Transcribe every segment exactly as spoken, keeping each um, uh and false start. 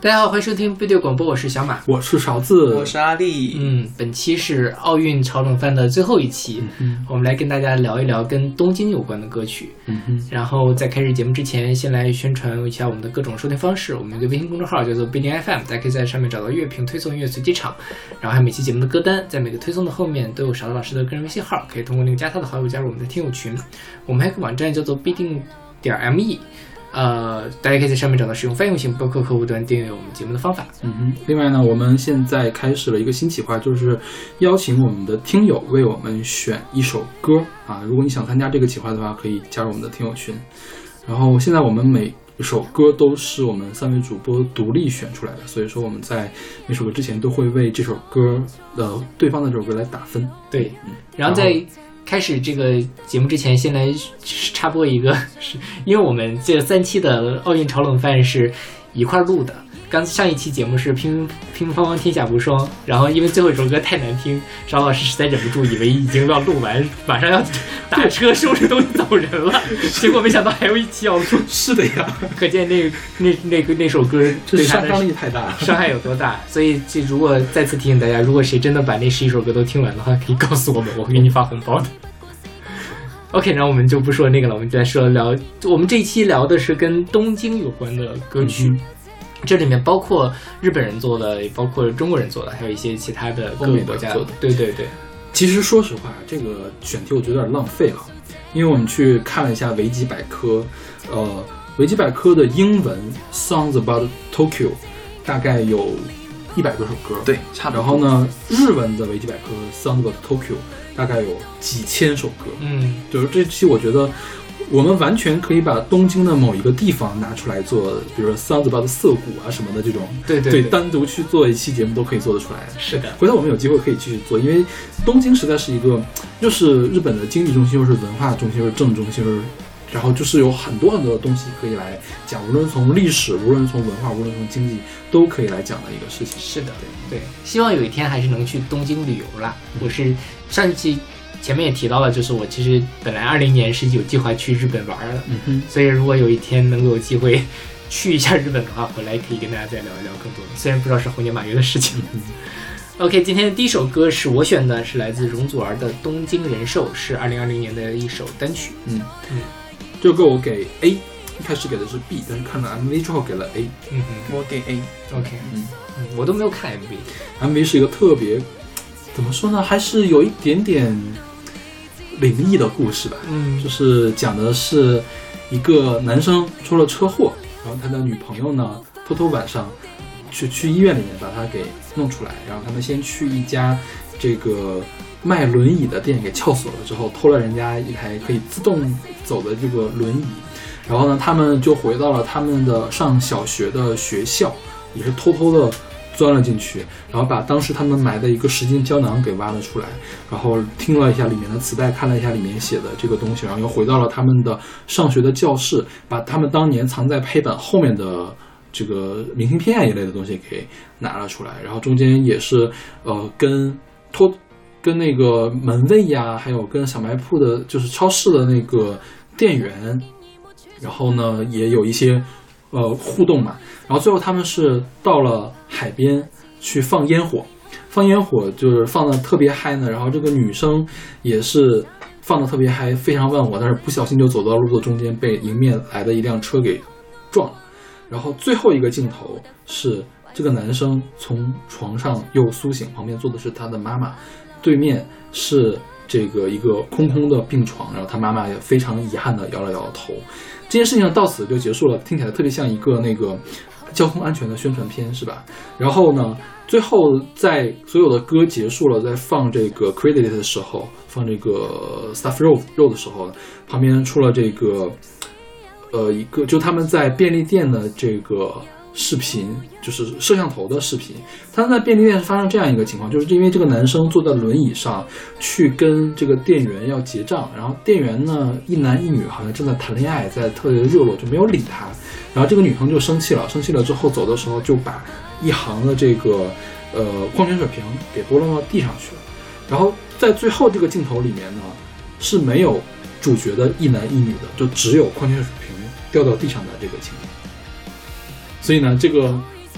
大家好，欢迎收听 video 广播，我是小马， 我是勺子， 我是阿力。 嗯，本期是奥运炒冷饭的最后一期，嗯、我们来跟大家聊一聊跟东京有关的歌曲。 嗯哼， 然后在开始节目之前，先来宣传一下我们的各种收听方式。我们有个微信公众号叫做必定 F M， 大家可以在上面找到乐评推送、音乐随机场，然后还有每期节目的歌单，在每个推送的后面都有勺子老师的个人微信号，可以通过那个加他的好友加入我们的听友群。我们还有个网站叫做必定点 me。呃，大家可以在上面找到使用泛用型播客客户端订阅我们节目的方法。 嗯哼。另外呢，我们现在开始了一个新企划，就是邀请我们的听友为我们选一首歌啊。如果你想参加这个企划的话，可以加入我们的听友群。然后现在我们每首歌都是我们三位主播独立选出来的，所以说我们在每首歌之前都会为这首歌的对方的这首歌来打分。 对，嗯、然后在开始这个节目之前，先来插播一个，是因为我们这三期的奥运炒冷饭是一块录的。刚上一期节目是乒乒乓乓天下无双，然后因为最后一首歌太难听，邵老师实在忍不住，以为已经要录完，马上要打车收拾东西走人了，结果没想到还有一期要录。 是的呀， 可见那那那个那首歌对他的伤力太大了， 伤害有多大。所以这如果再次提醒大家，如果谁真的把那十一首歌都听完的话，可以告诉我们，我会给你发红包的。OK， 然后我们就不说那个了，我们再说聊，我们这一期聊的是跟东京有关的歌曲。嗯，这里面包括日本人做的，也包括中国人做的，还有一些其他的各个国家做的。 对对对。 其实说实话，这个选题我觉得有点浪费了，因为我们去看了一下维基百科，呃，维基百科的英文 Songs About Tokyo 大概有一百多首歌， 对，差不多。 然后呢，日文的维基百科 Songs About Tokyo 大概有几千首歌。嗯，就是这期我觉得我们完全可以把东京的某一个地方拿出来做，比如说 Sounds About 涩谷啊什么的这种， 对对 对, 对，单独去做一期节目都可以做得出来。 是的， 回头我们有机会可以继续做，因为东京实在是一个又是日本的经济中心，又是文化中心，又是政治中心，然后就是有很多很多的东西可以来讲，无论从历史，无论从文化，无论从经济，都可以来讲的一个事情。 是的，对对，希望有一天还是能去东京旅游啦。我是上一期前面也提到了，就是我其实本来二零年是有计划去日本玩的，嗯哼，所以如果有一天能够有机会去一下日本的话，回来可以跟大家再聊一聊更多的，虽然不知道是猴年马月的事情。嗯、OK， 今天的第一首歌是我选的，是来自容祖儿的《东京人寿》，是二零二零年的一首单曲。嗯嗯， 这首歌我给 A， 一开始给的是 B， 但是看了 M V 之后给了 A。 嗯嗯， 我给 A。OK， 嗯, 嗯，我都没有看 M V。M V 是一个特别怎么说呢，还是有一点点灵异的故事吧，嗯，就是讲的是一个男生出了车祸，然后他的女朋友呢偷偷晚上去去医院里面把他给弄出来，然后他们先去一家这个卖轮椅的店给撬锁了之后，偷了人家一台可以自动走的这个轮椅，然后呢他们就回到了他们的上小学的学校，也是偷偷的钻了进去，然后把当时他们埋的一个十斤胶囊给挖了出来，然后听了一下里面的磁带，看了一下里面写的这个东西，然后又回到了他们的上学的教室，把他们当年藏在黑板后面的这个明信片一类的东西给拿了出来，然后中间也是呃跟偷跟那个门卫呀，还有跟小卖铺的就是超市的那个店员，然后呢也有一些呃互动嘛，然后最后他们是到了海边去放烟火，放烟火就是放的特别嗨呢，然后这个女生也是放的特别嗨，非常忘我，但是不小心就走到路的中间，被迎面来的一辆车给撞了。然后最后一个镜头是这个男生从床上又苏醒，旁边坐的是他的妈妈，对面是这个一个空空的病床，然后他妈妈也非常遗憾的摇了摇头。这件事情到此就结束了，听起来特别像一个那个交通安全的宣传片，是吧？然后呢，最后在所有的歌结束了，在放这个 credit 的时候，放这个 stuff roll roll 的时候，旁边出了这个呃一个就他们在便利店的这个视频，就是摄像头的视频。他在便利店是发生这样一个情况，就是因为这个男生坐在轮椅上去跟这个店员要结账，然后店员呢一男一女好像正在谈恋爱，在特别热络，就没有理他。然后这个女生就生气了，生气了之后走的时候就把一行的这个呃矿泉水瓶给拨落到地上去了。然后在最后这个镜头里面呢是没有主角的一男一女的，就只有矿泉水瓶掉到地上的这个情况。所以呢，这个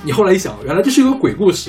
你后来一想，原来这是一个鬼故事。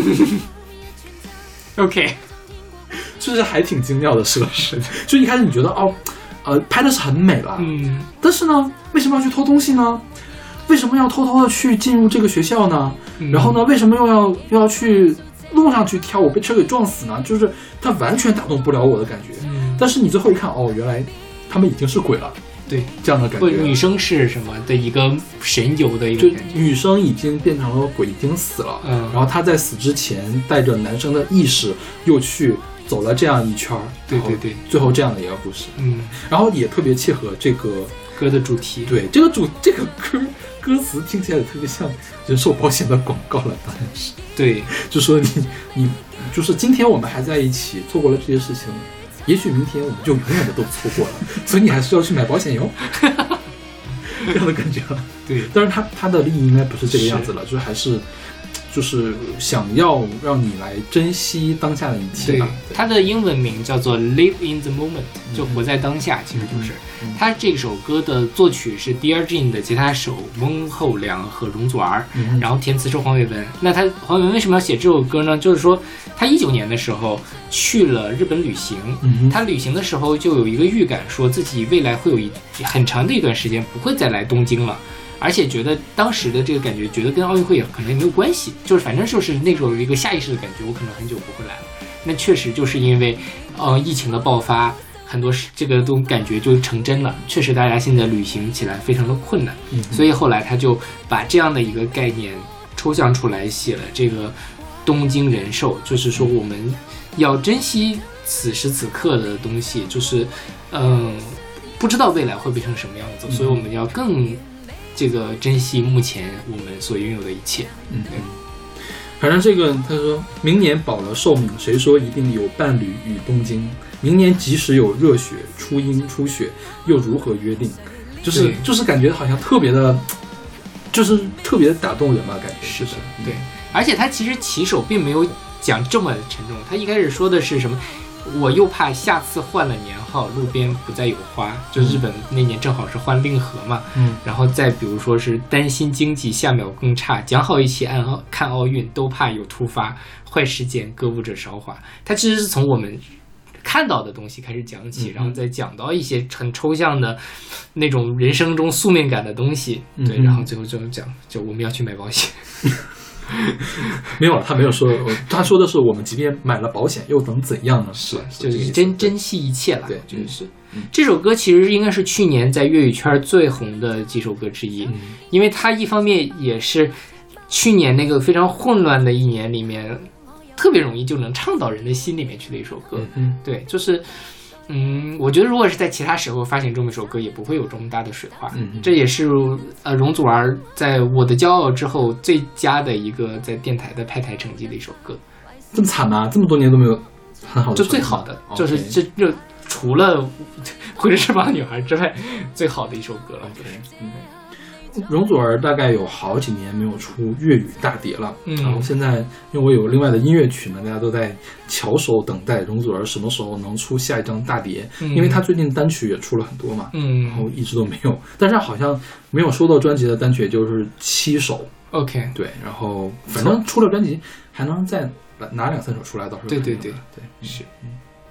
OK， 就是还挺精妙的，是吧？是的。就一开始你觉得哦，呃，拍的是很美了， 嗯， 但是呢，为什么要去偷东西呢？为什么要偷偷的去进入这个学校呢？嗯、然后呢，为什么又要又要去路上去跳舞，被车给撞死呢？就是它完全打动不了我的感觉。嗯，但是你最后一看，哦，原来他们已经是鬼了。 对， 这样的感觉。 女生是什么的一个神游的一个感觉， 就女生已经变成了鬼，已经死了。嗯，然后她在死之前带着男生的意识又去走了这样一圈。 对对对， 最后这样的一个故事。嗯，然后也特别切合这个歌的主题。 对，这个主这个歌歌词听起来也特别像人寿保险的广告了，当然是。 对， 就说你你就是今天我们还在一起做过了这些事情。也许明天我们就永远的都错过了，所以你还是要去买保险哟，这样的感觉了。 对， 但是他他的利益应该不是这个样子了，就是还是就是想要让你来珍惜当下的一切吧。 对，他的英文名叫做 Live in the Moment， 就活在当下，其实就是。嗯、他这首歌的作曲是 Dear Jane 的吉他手翁厚良和容祖儿，嗯、然后填词是黄伟文。那他黄伟文为什么要写这首歌呢？就是说他一九年的时候去了日本旅行，嗯、他旅行的时候就有一个预感，说自己未来会有一很长的一段时间不会再来东京了。而且觉得当时的这个感觉，觉得跟奥运会也可能也没有关系，就是反正就是那种一个下意识的感觉，我可能很久不会来了。那确实就是因为，呃，疫情的爆发，很多这个都感觉就成真了。确实，大家现在旅行起来非常的困难，嗯、所以后来他就把这样的一个概念抽象出来，写了这个东京人寿，就是说我们要珍惜此时此刻的东西，就是嗯、呃，不知道未来会变成什么样子，所以我们要更。这个珍惜目前我们所拥有的一切。嗯，对。 反正这个他说明年保了寿命，谁说一定有伴侣与东京？明年即使有热血初樱初雪，又如何约定？就是就是感觉好像特别的，就是特别打动人吧，感觉是的，对。而且他其实起手并没有讲这么沉重，他一开始说的是什么？我又怕下次换了年号，路边不再有花。就日本那年正好是换令和嘛，嗯，然后再比如说是担心经济下秒更差，讲好一起按奥看奥运，都怕有突发坏事件，歌舞者韶华。它其实是从我们看到的东西开始讲起，嗯、然后再讲到一些很抽象的那种人生中宿命感的东西，嗯、对，然后最后就讲，就我们要去买保险。 没有，他没有说，他说的是我们即便买了保险又能怎样呢？ 是，就是珍珍惜一切了。对，就是、嗯、这首歌其实应该是去年在粤语圈最红的几首歌之一，嗯、因为它一方面也是去年那个非常混乱的一年里面特别容易就能唱到人的心里面去的一首歌。嗯，对，就是。嗯，我觉得如果是在其他时候发行这么一首歌，也不会有这么大的水花。嗯，这也是呃容祖儿在《我的骄傲》之后最佳的一个在电台的拍台成绩的一首歌。 这么惨吗？这么多年都没有很好的， 就最好的，就是这这除了《挥着翅膀的女孩》之外，最好的一首歌了。 Okay, 嗯。容祖儿大概有好几年没有出粤语大碟了，嗯、然后现在因为我有另外的音乐群呢，大家都在翘首等待容祖儿什么时候能出下一张大碟，嗯、因为她最近单曲也出了很多嘛，嗯，然后一直都没有，但是好像没有收到专辑的单曲就是七首 ，OK， 对，然后反正出了专辑还能再拿两三首出来，到时候对对对对是，嗯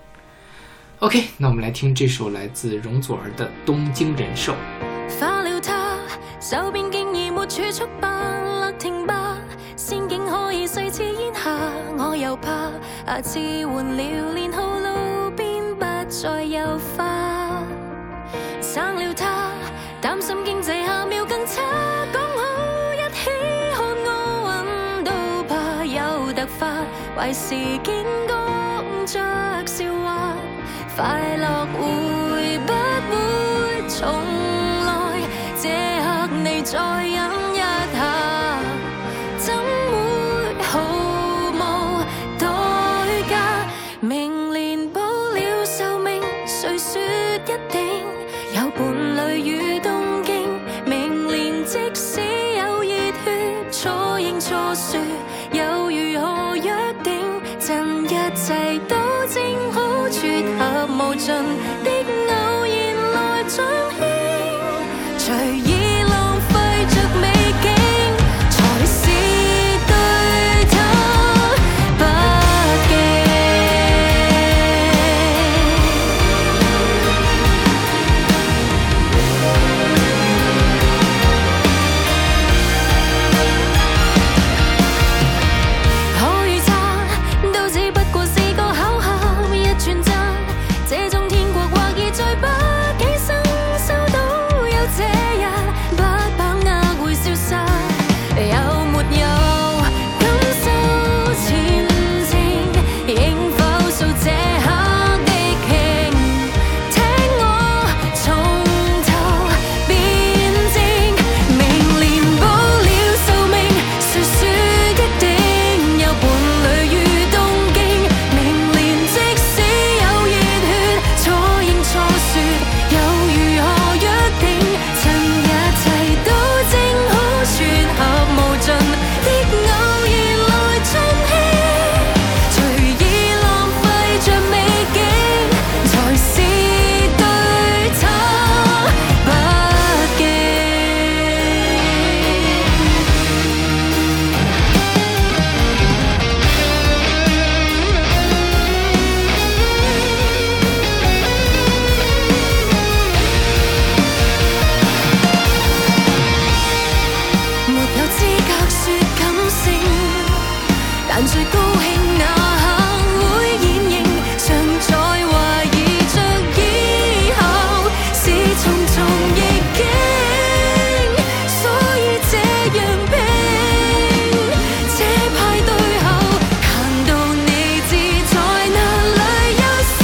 ，OK， 那我们来听这首来自容祖儿的《东京人寿》。 化了他手邊竟已沒儲蓄吧，勒停吧，仙境可以碎似煙霞，我又怕下次換了年號，路邊不再有花。生了他，擔心經濟下秒更差，講好一起看奧運都怕有突發，壞事件講着笑話，快樂會不會重來？這刻你再忍一下，怎會毫無代價？明年保了壽命，誰說一定有伴侶與東京？明年即使有熱血，錯認錯說，又如何約定？趁一切都正好，撮合無盡的偶然來彰顯。隨意浪費着美景，才是還最高興那刻會現形，常在懷疑着以後是重重逆境，所以這樣拼。這派對後彈到你自在哪裏休息，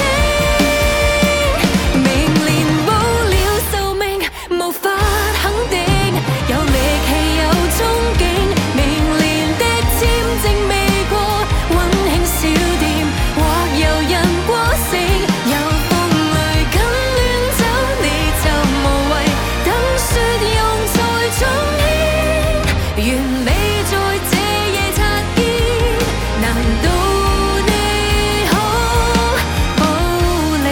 明年冇了壽命無法肯定，有力氣有憧憬，明年的簽證未過，溫馨小店或遊人過城，有風雷緊亂走，你就無謂等雪融在中興，完美在這夜擦肩，難道你可保領？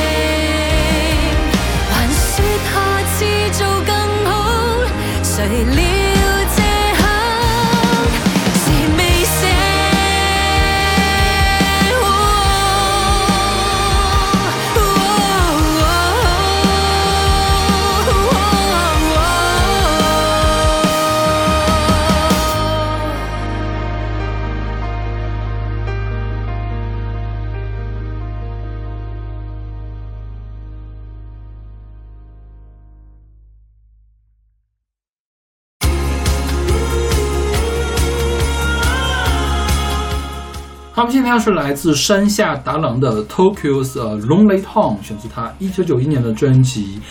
還說下次做更好，誰料這刻是未醒。 他们现在是来自山下达郎的 Tokyo's Lonely Town， 选自他一九九一年的专辑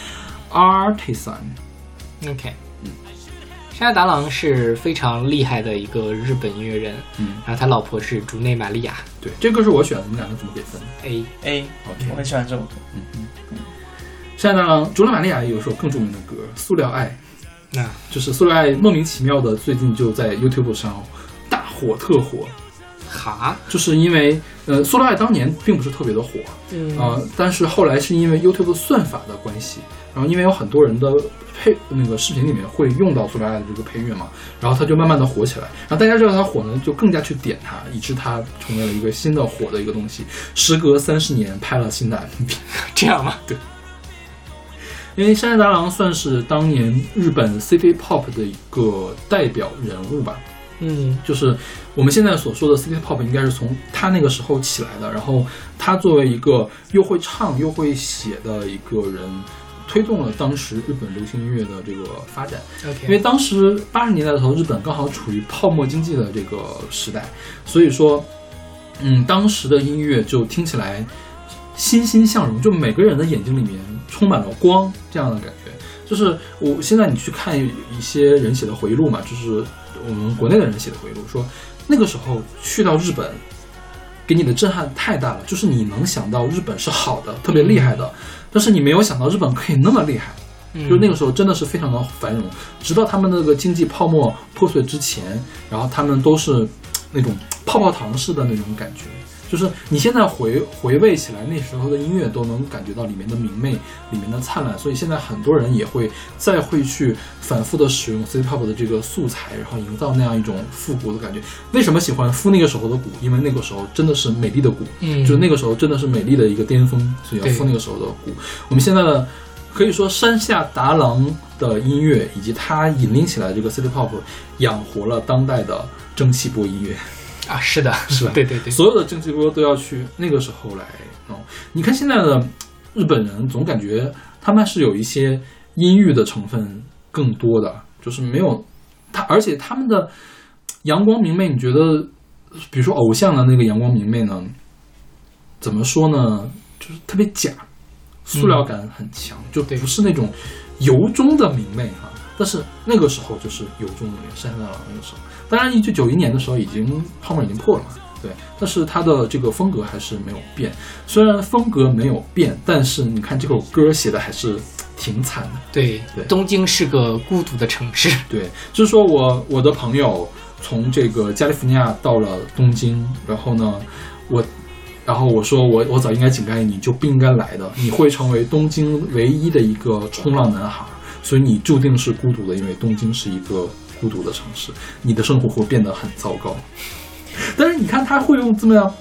Artisan。OK， 嗯，山下达郎是非常厉害的一个日本音乐人，嗯，然后他老婆是竹内玛利亚。 对，这歌是我选的，你们两个怎么给分 ？A A， OK， 我很喜欢这首歌。 嗯嗯嗯。山下达郎，竹内玛利亚有一首更著名的歌《塑料爱》，那、啊、就是《塑料爱》莫名其妙的最近就在 YouTube 上大火特火。 哈， 就是因为呃，塑料爱当年并不是特别的火，嗯啊、呃，但是后来是因为 YouTube 算法的关系，然后因为有很多人的配那个视频里面会用到塑料爱的这个配乐嘛，然后它就慢慢的火起来，然后大家知道它火呢，就更加去点它，以致它成为了一个新的火的一个东西。时隔三十年拍了新的 M V， 这样吗？ 对。因为山下达郎算是当年日本 City Pop 的一个代表人物吧。嗯，就是我们现在所说的 City Pop 应该是从他那个时候起来的，然后他作为一个又会唱又会写的一个人，推动了当时日本流行音乐的这个发展。Okay. 因为当时八十年代的时候，日本刚好处于泡沫经济的这个时代，所以说，嗯，当时的音乐就听起来欣欣向荣，就每个人的眼睛里面充满了光，这样的感觉。就是我现在你去看一些人写的回忆录嘛，就是我们国内的人写的回忆录，说那个时候去到日本给你的震撼太大了，就是你能想到日本是好的特别厉害的、嗯、但是你没有想到日本可以那么厉害、嗯、就是那个时候真的是非常的繁荣，直到他们那个经济泡沫破碎之前，然后他们都是那种泡泡糖式的那种感觉，就是你现在回回味起来那时候的音乐都能感觉到里面的明媚，里面的灿烂，所以现在很多人也会再会去反复的使用 City Pop 的这个素材，然后营造那样一种复古的感觉。为什么喜欢敷那个时候的鼓？因为那个时候真的是美丽的鼓，嗯，就是那个时候真的是美丽的一个巅峰，所以要敷那个时候的鼓。我们现在的可以说山下达郎的音乐以及他引领起来这个 City Pop 养活了当代的蒸汽波音乐。 啊，是的， 是吧？ 对对对， 所有的蒸汽波都要去那个时候来弄、哦。你看现在的日本人，总感觉他们是有一些阴郁的成分更多的，就是没有他，而且他们的阳光明媚，你觉得，比如说偶像的那个阳光明媚呢，怎么说呢？就是特别假，塑料感很强，嗯、就不是那种由衷的明媚哈、啊。但是那个时候就是由衷的明媚，山下达郎那个时候。当然一九九一年的时候已经泡沫已经破了嘛，对，但是他的这个风格还是没有变，虽然风格没有变，但是你看这首歌写的还是挺惨的。 对对，东京是个孤独的城市。 对，就是说我我的朋友从这个加利福尼亚到了东京，然后呢我然后我说我我早应该警告你，就不应该来的，你会成为东京唯一的一个冲浪男孩，所以你注定是孤独的，因为东京是一个孤独的城市，你的生活会变得很糟糕。但是你看他会用这么样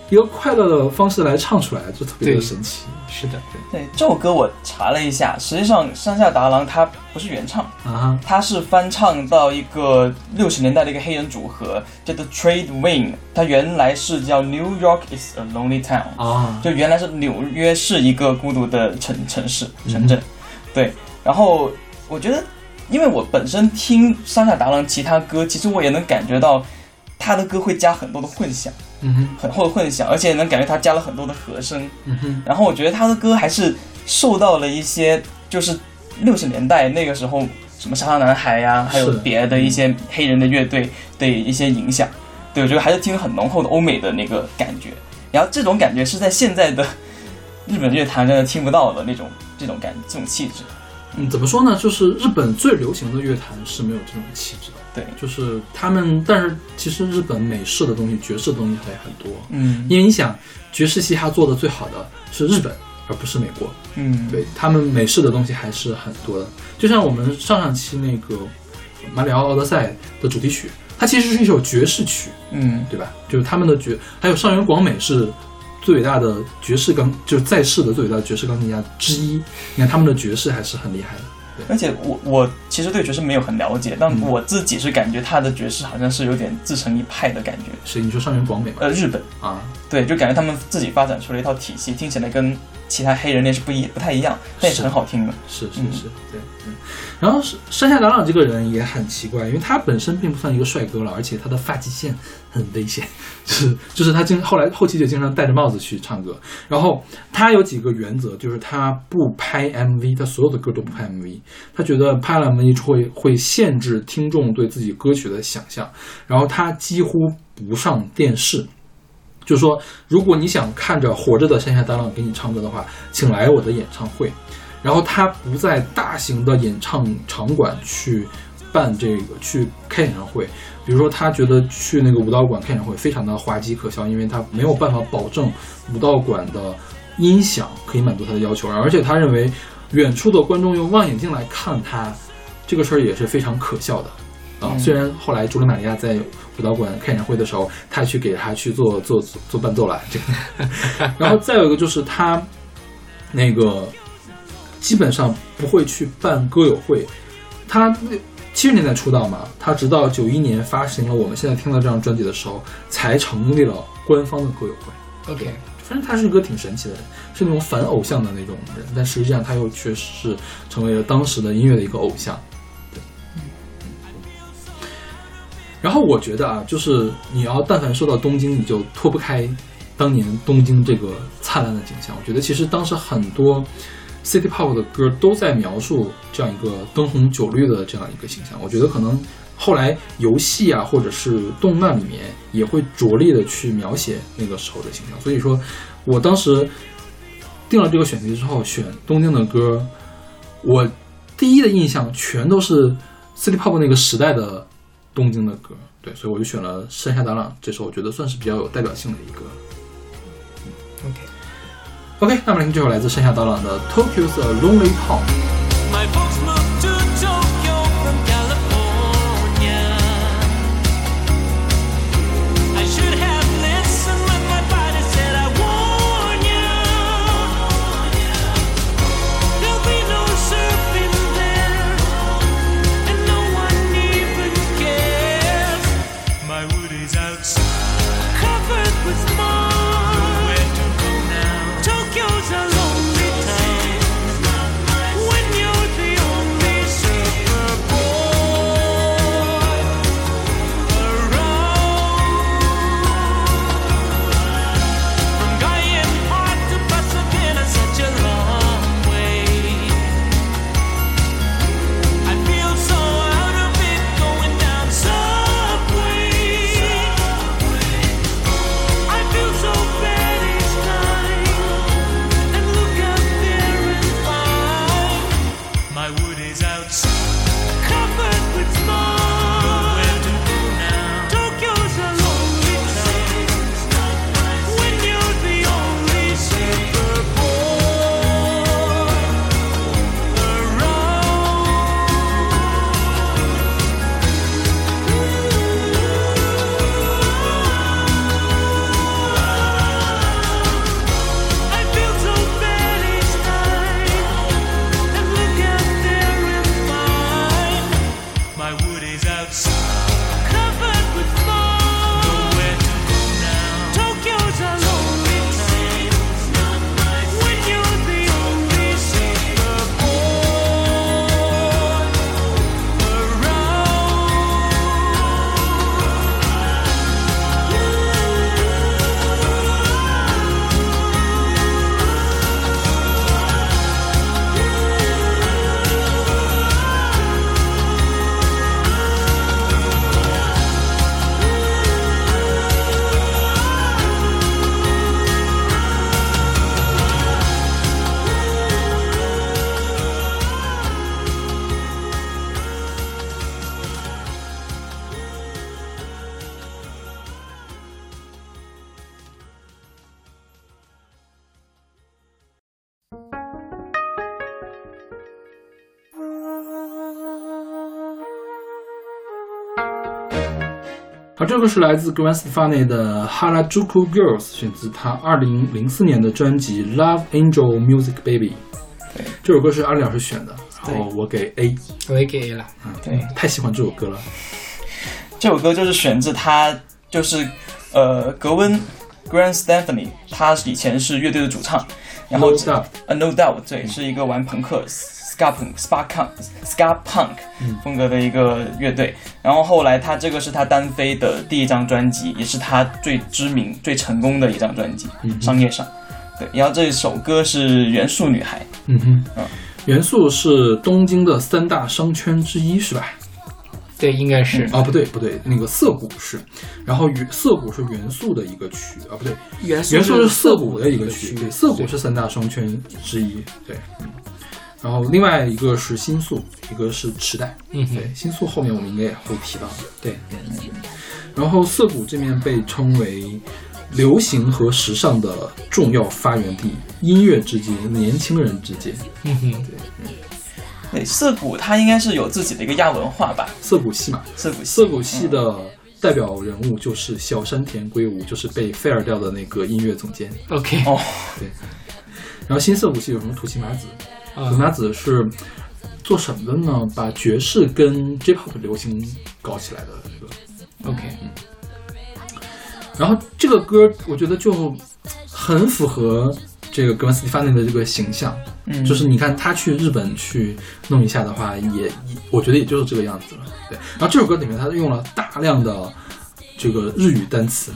一个快乐的方式来唱出来，就特别的神奇。 是的， 对这首歌我查了一下，实际上山下达郎他不是原唱啊， 他是翻唱到一个六十年代的一个黑人组合叫做 Trade Wing， 他原来是叫 New York is a Lonely Town 啊， 就原来是纽约是一个孤独的城城市城镇、嗯，对。然后我觉得，因为我本身听山下达郎其他歌，其实我也能感觉到他的歌会加很多的混响。 嗯哼， 很厚的混响，而且能感觉他加了很多的和声。 嗯哼， 然后我觉得他的歌还是受到了一些，就是六十年代那个时候什么沙滩男孩呀、啊，还有别的一些黑人的乐队的一些影响。对，我觉得还是听很浓厚的欧美的那个感觉。然后这种感觉是在现在的日本乐坛真的听不到的那种这种感这种气质。 嗯，怎么说呢？就是日本最流行的乐坛是没有这种气质的。 对， 就是他们，但是其实日本美式的东西、爵士的东西还很多。 嗯， 因为你想，爵士嘻哈做的最好的是日本，而不是美国。 嗯， 对，他们美式的东西还是很多的。就像我们上上期那个《马里奥奥德赛》的主题曲，它其实是一首爵士曲。 嗯， 对吧？就是他们的爵，还有上原广美是最伟大的爵士钢，就是在世的最伟大的爵士钢琴家之一。你看他们的爵士还是很厉害的。 而且我我其实对爵士没有很了解，但我自己是感觉他的爵士好像是有点自成一派的感觉。 是你说上原广美吗？ 呃，日本啊， 对，就感觉他们自己发展出了一套体系，听起来跟其他黑人那是不一不太一样，但也是很好听的。 是是是，嗯、对。嗯。然后山下达郎这个人也很奇怪，因为他本身并不算一个帅哥了，而且他的发际线很危险，就是就是他经后来后期就经常戴着帽子去唱歌。然后他有几个原则，就是他不拍 M V， 他所有的歌都不拍 M V， 他觉得拍了 M V 会会限制听众对自己歌曲的想象。然后他几乎不上电视。就是说，如果你想看着活着的山下达郎给你唱歌的话，请来我的演唱会。然后他不在大型的演唱场馆去办这个去开演唱会，比如说他觉得去那个武道馆开演唱会非常的滑稽可笑，因为他没有办法保证武道馆的音响可以满足他的要求，而且他认为远处的观众用望远镜来看他，这个事儿也是非常可笑的啊。嗯、虽然后来朱莉玛利亚在武道馆开演唱会的时候，他去给他去做做做伴奏了，这个。然后再有一个就是他那个。基本上不会去办歌友会，他七十年代出道嘛，他直到九一年发行了我们现在听到这张专辑的时候，才成立了官方的歌友会。 OK， 反正他是一个挺神奇的人，是那种反偶像的那种人，但实际上他又确实是成为了当时的音乐的一个偶像。对，然后我觉得啊，就是你要但凡说到东京，你就脱不开当年东京这个灿烂的景象。我觉得其实当时很多City Pop 的歌都在描述这样一个灯红酒绿的这样一个形象，我觉得可能后来游戏啊或者是动漫里面也会着力的去描写那个时候的形象。所以说我当时定了这个选题之后，选东京的歌，我第一的印象全都是 City Pop 那个时代的东京的歌，对，所以我就选了山下达郎这首，我觉得算是比较有代表性的一个。 OK OK， 那么来听这首来自山下达郎的 Tokyo's a Lonely Town。My folks moved to Tokyo from California. I should have listened when my body said I warn you. There'll be no surfing there, and no one even cares. My wood is outside, covered with mud.Tokyo's a lonely town when you're the only surfer boy around. From Gaian Park to Pasadena, such a long way. I feel so out of it going down subway. 好，这个是来自 Gwen Stefani 的 Harajuku Girls， 选自他二零零四年的专辑 Love Angel Music Baby。 对， 这首歌是阿里老师选的，然后我给 A， 我也给 A 了。 嗯，对，太喜欢这首歌了。 这首歌就是选自他，就是呃格温 Gwen Stefani， 他以前是乐队的主唱，然后 No Doubt， 呃 No Doubt 对，是一个玩朋克 ska punk ska punk ska punk 风格的一个乐队。然后后来他这个是他单飞的第一张专辑，也是他最知名、最成功的一张专辑， 嗯、 商业上。对，然后这首歌是元素女孩。 嗯哼， 嗯， 元素是东京的三大商圈之一，是吧？ 对，应该是。 啊、嗯哦，不对不对，那个涩谷是，然后涩谷是元素的一个区啊，不对， 元素元素是涩谷谷的一个区，对，涩谷是三大商圈之一，对，嗯。然后另外一个是新宿，一个是池袋， 嗯， 对，新宿后面我们应该也会提到的， 对， 嗯。然后涩谷这面被称为流行和时尚的重要发源地，音乐之街，年轻人之街， 嗯哼， 对，嗯。 对，涩谷它应该是有自己的一个亚文化吧？ 涩谷系嘛， 涩谷系， 涩谷系的代表人物就是小山田圭吾，就是被 fire 掉的那个音乐总监。 OK， 哦， 对。然后新涩谷系有什么土岐麻子？土岐麻子是做什么的呢？把爵士跟 J-pop 流行搞起来的这个。 OK， 嗯。然后这个歌我觉得就很符合这个 Gwen Stefani 的这个形象， 嗯， 就是你看他去日本去弄一下的话，也我觉得也就是这个样子了。对，然后这首歌里面他用了大量的这个日语单词，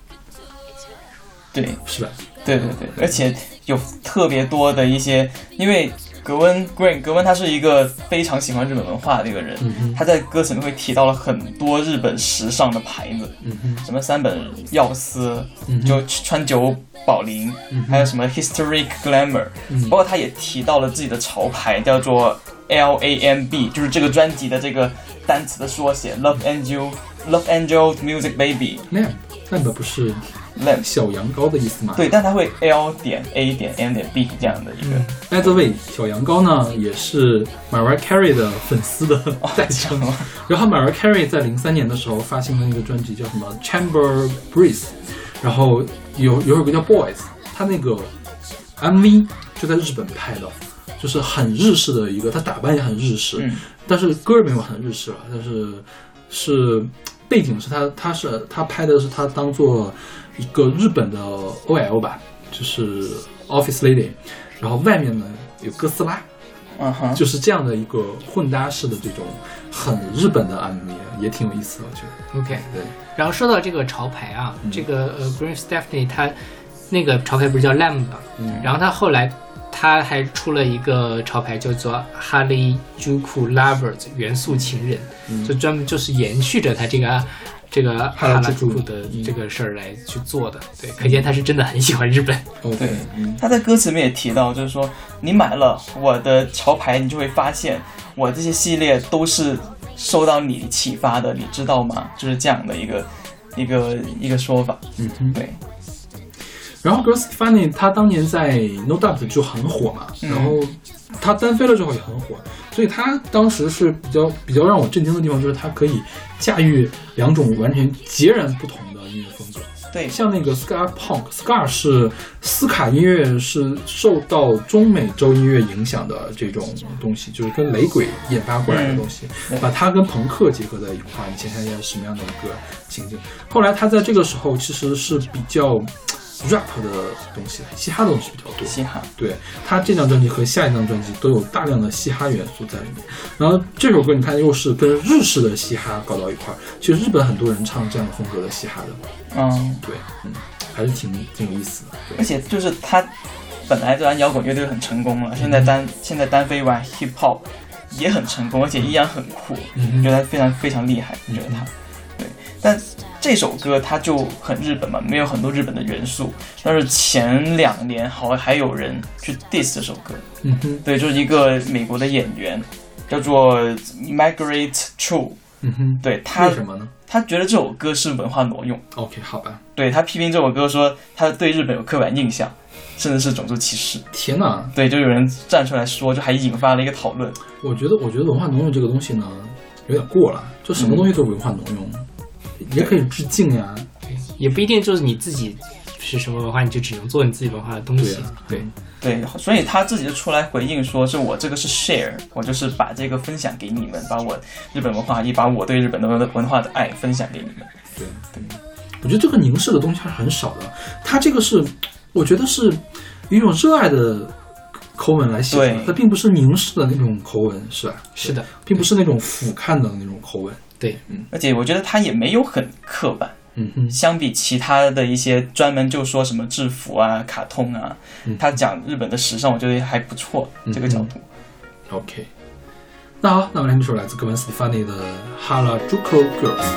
对， 是吧？ 对对对，而且有特别多的一些，因为格温 Green 格温他是一个非常喜欢日本文化的一个人， 嗯、 他在歌词里面会提到了很多日本时尚的牌子， 嗯、 什么三本耀司， 嗯、 就川久保玲， 嗯、 还有什么 Historic Glamour，、 嗯、 包括他也提到了自己的潮牌叫做 L A M B， 就是这个专辑的这个单词的缩写 Love Angel Love Angel Music Baby。 Lamb Lamb 不是小羊羔的意思吗？ 对，但它会 L 点 A 点 M 点 B 这样的一个。 By the way， 小羊羔呢也是 Mariah Carey 的粉丝的代称。哦、然后 Mariah Carey 在零三年的时候发行了一个专辑叫什么 Chamber Breeze， 然后有有首歌叫 Boys， 他那个 M V 就在日本拍的，就是很日式的一个，他打扮也很日式， 嗯、 但是歌没有很日式了，但是是背景是他他是他拍的是他当做一个日本的 O L 吧，就是 Office Lady， 然后外面呢有哥斯拉， 嗯哼， 就是这样的一个混搭式的这种很日本的 M V， 也挺有意思的，我觉得。 OK， 对。 然后说到这个潮牌啊， 嗯、 这个呃 Gwen Stefani 他那个潮牌不是叫 Lamb 吗？ 嗯。 然后他后来他还出了一个潮牌叫做 Harajuku Lovers 元素情人， 嗯、 就专门就是延续着他这个。这个哈拉朱库的这个事儿来去做的，对，可见他是真的很喜欢日本。 对，他在歌词里面也提到，就是说你买了我的潮牌，你就会发现我这些系列都是受到你启发的，你知道吗？就是这样的一个一个一个说法。 嗯哼， 对。 然后 Gwen Stefani 他当年在 No Doubt 就很火嘛， 嗯、 然后他单飞了之后也很火，所以他当时是比较比较让我震惊的地方，就是他可以驾驭两种完全截然不同的音乐风格。 对， 像那个 Ska Punk，Ska 是斯卡音乐，是受到中美洲音乐影响的这种东西，就是跟雷鬼研发过来的东西，嗯、把它跟朋克结合在一块，你想想一下什么样的一个情景。后来他在这个时候其实是比较rap 的东西，嘻哈的东西比较多。 嘻哈， 对，他这张专辑和下一张专辑都有大量的嘻哈元素在里面。然后这首歌你看又是跟日式的嘻哈搞到一块儿，其实日本很多人唱这样的风格的嘻哈的。 嗯， 对，嗯，还是挺挺有意思的。 而且就是他本来这玩摇滚乐队很成功了，嗯、现在单现在单飞玩 hip hop 也很成功，而且依然很酷， 嗯、 觉得非常非常厉害， 嗯、 觉得他，对，但。这首歌它就很日本嘛，没有很多日本的元素。但是前两年好像还有人去 diss 这首歌， 嗯哼， 对，就是一个美国的演员叫做 Margaret Cho， 嗯哼， 对他为什么呢？ 他觉得这首歌是文化挪用。 OK， 好吧。 对，他批评这首歌说他对日本有刻板印象，甚至是种族歧视。 天哪！ 对，就有人站出来说，就还引发了一个讨论。 我觉得，我觉得文化挪用这个东西呢，有点过了，就什么东西都文化挪用。 嗯也可以致敬呀。 对，也不一定就是你自己是什么文化，你就只能做你自己文化的东西。 对、啊、 对, 对，所以他自己就出来回应说，是我这个是 share， 我就是把这个分享给你们，把我日本文化，也把我对日本的文化的爱分享给你们。 对对，我觉得这个凝视的东西还是很少的。他这个是，我觉得是一种热爱的口吻来写的，它并不是凝视的那种口吻，是吧？ 是的， 并不是那种俯瞰的那种口吻。 对， 嗯，而且我觉得他也没有很刻板。 嗯哼， 相比其他的一些专门就说什么制服啊、卡通啊，嗯、他讲日本的时尚，我觉得还不错，嗯、这个角度。 OK， 那好，那我们来听这首来自哥本斯蒂凡尼的《Harajuku Girls》。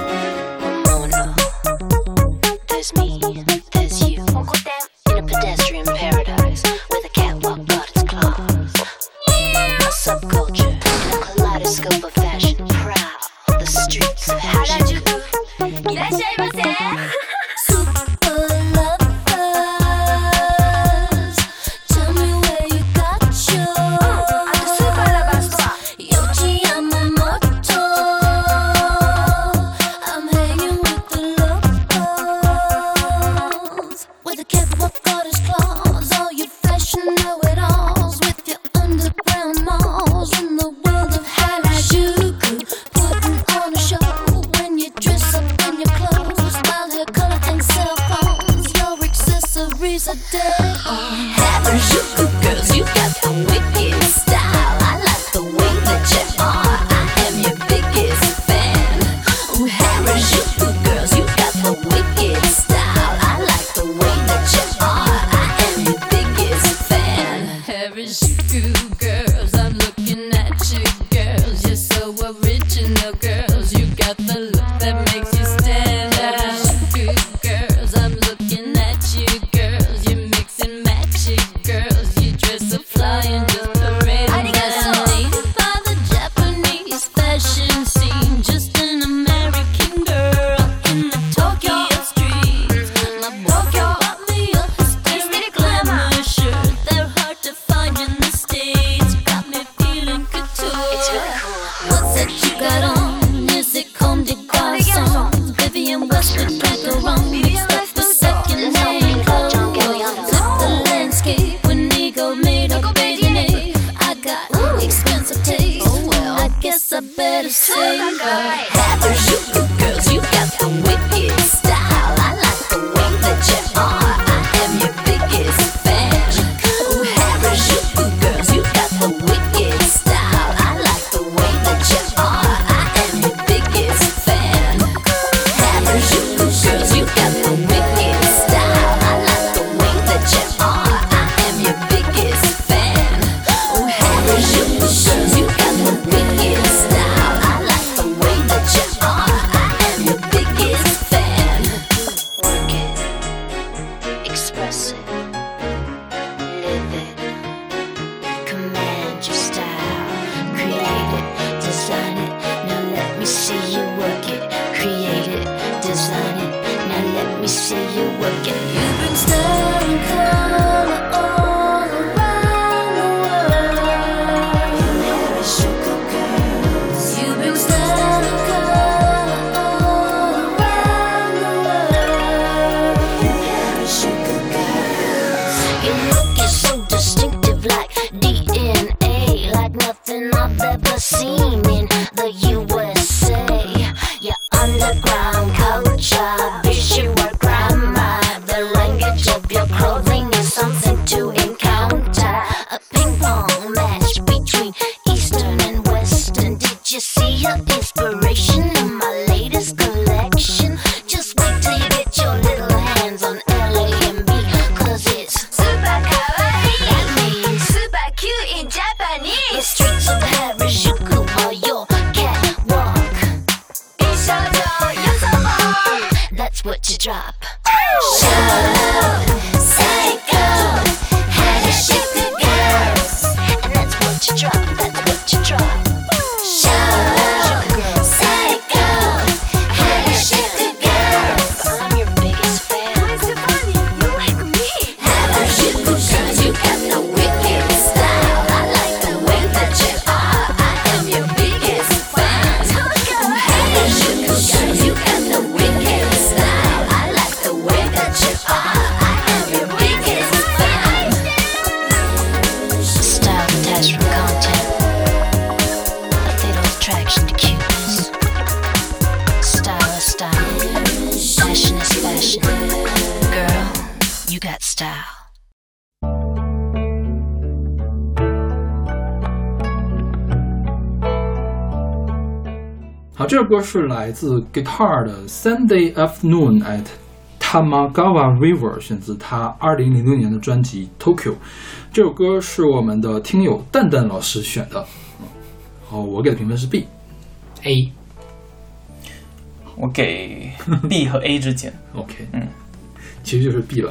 いらっしゃいませ。 You got the wicked You got style。 好，这首歌是来自 Guitar 的 Sunday Afternoon at Tamagawa River， 选自他二零零六年的专辑 Tokyo。 这首歌是我们的听友蛋蛋老师选的，哦，我给的评分是 B A， 我给 B 和 A 之间。 OK， 嗯， 其实就是 B 了。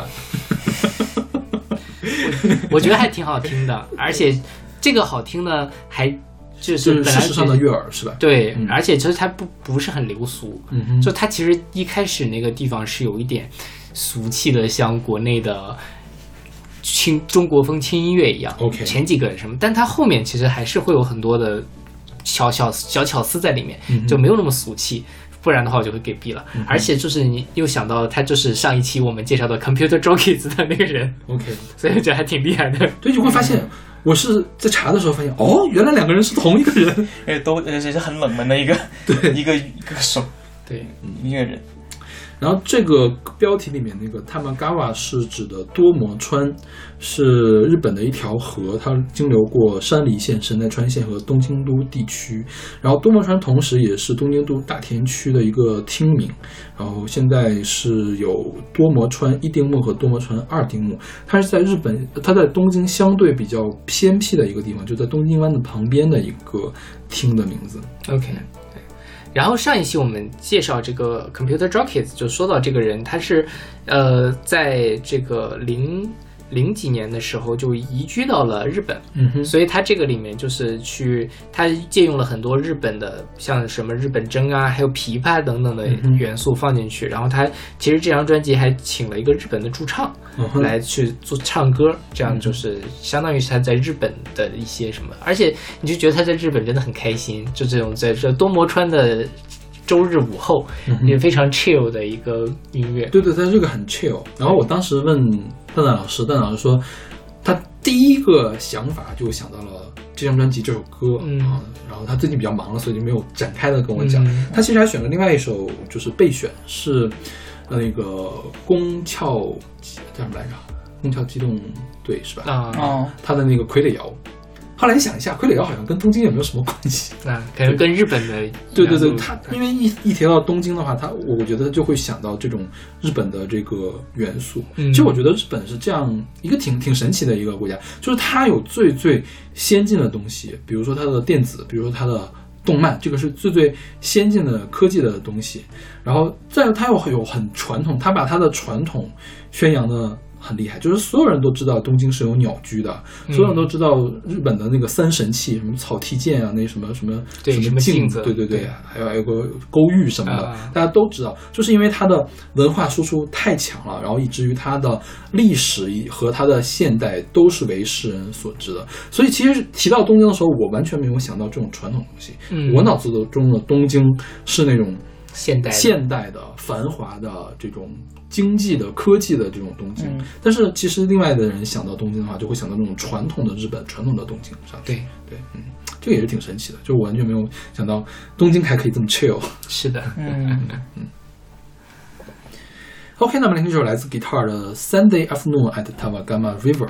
我, 我觉得还挺好听的，而且这个好听呢，还就是本来事实上的悦耳是吧？ 对， 嗯、 而且其实它不不是很流俗， 嗯哼， 就它其实一开始那个地方是有一点俗气的，像国内的轻中国风轻音乐一样。 OK， 前几个什么，但它后面其实还是会有很多的小小小巧思在里面， 嗯、 就没有那么俗气。不然的话我就会给 B 了、嗯、而且就是你又想到他就是上一期我们介绍的 Computer Jockeys 的那个人 OK， 所以我觉得还挺厉害的。 对，就会发现我是在查的时候发现哦，原来两个人是同一个人， 哎，都也是很冷门的一个对一个歌手， 对， 音乐人。 然后这个标题里面那个 Tamagawa 是指的多摩川，是日本的一条河，它经流过山梨县、神奈川县和东京都地区。然后多摩川同时也是东京都大田区的一个町名。然后现在是有多摩川一丁目和多摩川二丁目，它是在日本，它在东京相对比较偏僻的一个地方，就在东京湾的旁边的一个町的名字。 OK，然后上一期我们介绍这个 Computer Jockeys 就说到这个人，他是呃在这个零零几年的时候就移居到了日本， 嗯哼， 所以他这个里面就是去他借用了很多日本的像什么日本筝啊还有琵琶等等的元素放进去、嗯、然后他其实这张专辑还请了一个日本的驻唱、嗯、来去做唱歌，这样就是相当于是他在日本的一些什么，而且你就觉得他在日本真的很开心，就这种在这多摩川的周日午后、嗯、也非常 chill 的一个音乐。 对对，它这个很 chill。然后我当时问蛋蛋老师，蛋蛋老师说他第一个想法就想到了这张专辑这首歌、 嗯啊，然后他最近比较忙了，所以就没有展开的跟我讲、 嗯、 他其实还选了另外一首就是备选，是那个宫壳叫什么来着，宫壳机动队是吧？ 啊， 他的那个傀儡摇。后来想一下，傀儡摇好像跟东京也没有什么关系啊，可能跟日本的对对对，他因为一一提到东京的话，他我觉得就会想到这种日本的这个元素。 嗯、 其实我觉得日本是这样一个挺挺神奇的一个国家，就是它有最最先进的东西，比如说它的电子，比如说它的动漫，这个是最最先进的科技的东西。然后再它又有很传统，它把它的传统宣扬的很厉害，就是所有人都知道东京是有鸟居的， 嗯、 所有人都知道日本的那个三神器，什么草剃剑啊，那什么什么什么镜子， 对对对，还有还有个勾玉什么的、 啊， 大家都知道，就是因为它的文化输出太强了，然后以至于它的历史和它的现代都是为世人所知的。所以其实提到东京的时候，我完全没有想到这种传统东西， 嗯、 我脑子中的东京是那种现代现代的繁华的这种经济的科技的这种东京、嗯、但是其实另外的人想到东京的话，就会想到那种传统的日本传统的东京上去。 对对，嗯，这个也是挺神奇的，就我完全没有想到东京还可以这么 chill。 是的， 嗯嗯。OK， 那么聆听这首来自 Guitar 的 Sunday Afternoon at Tamagawa River。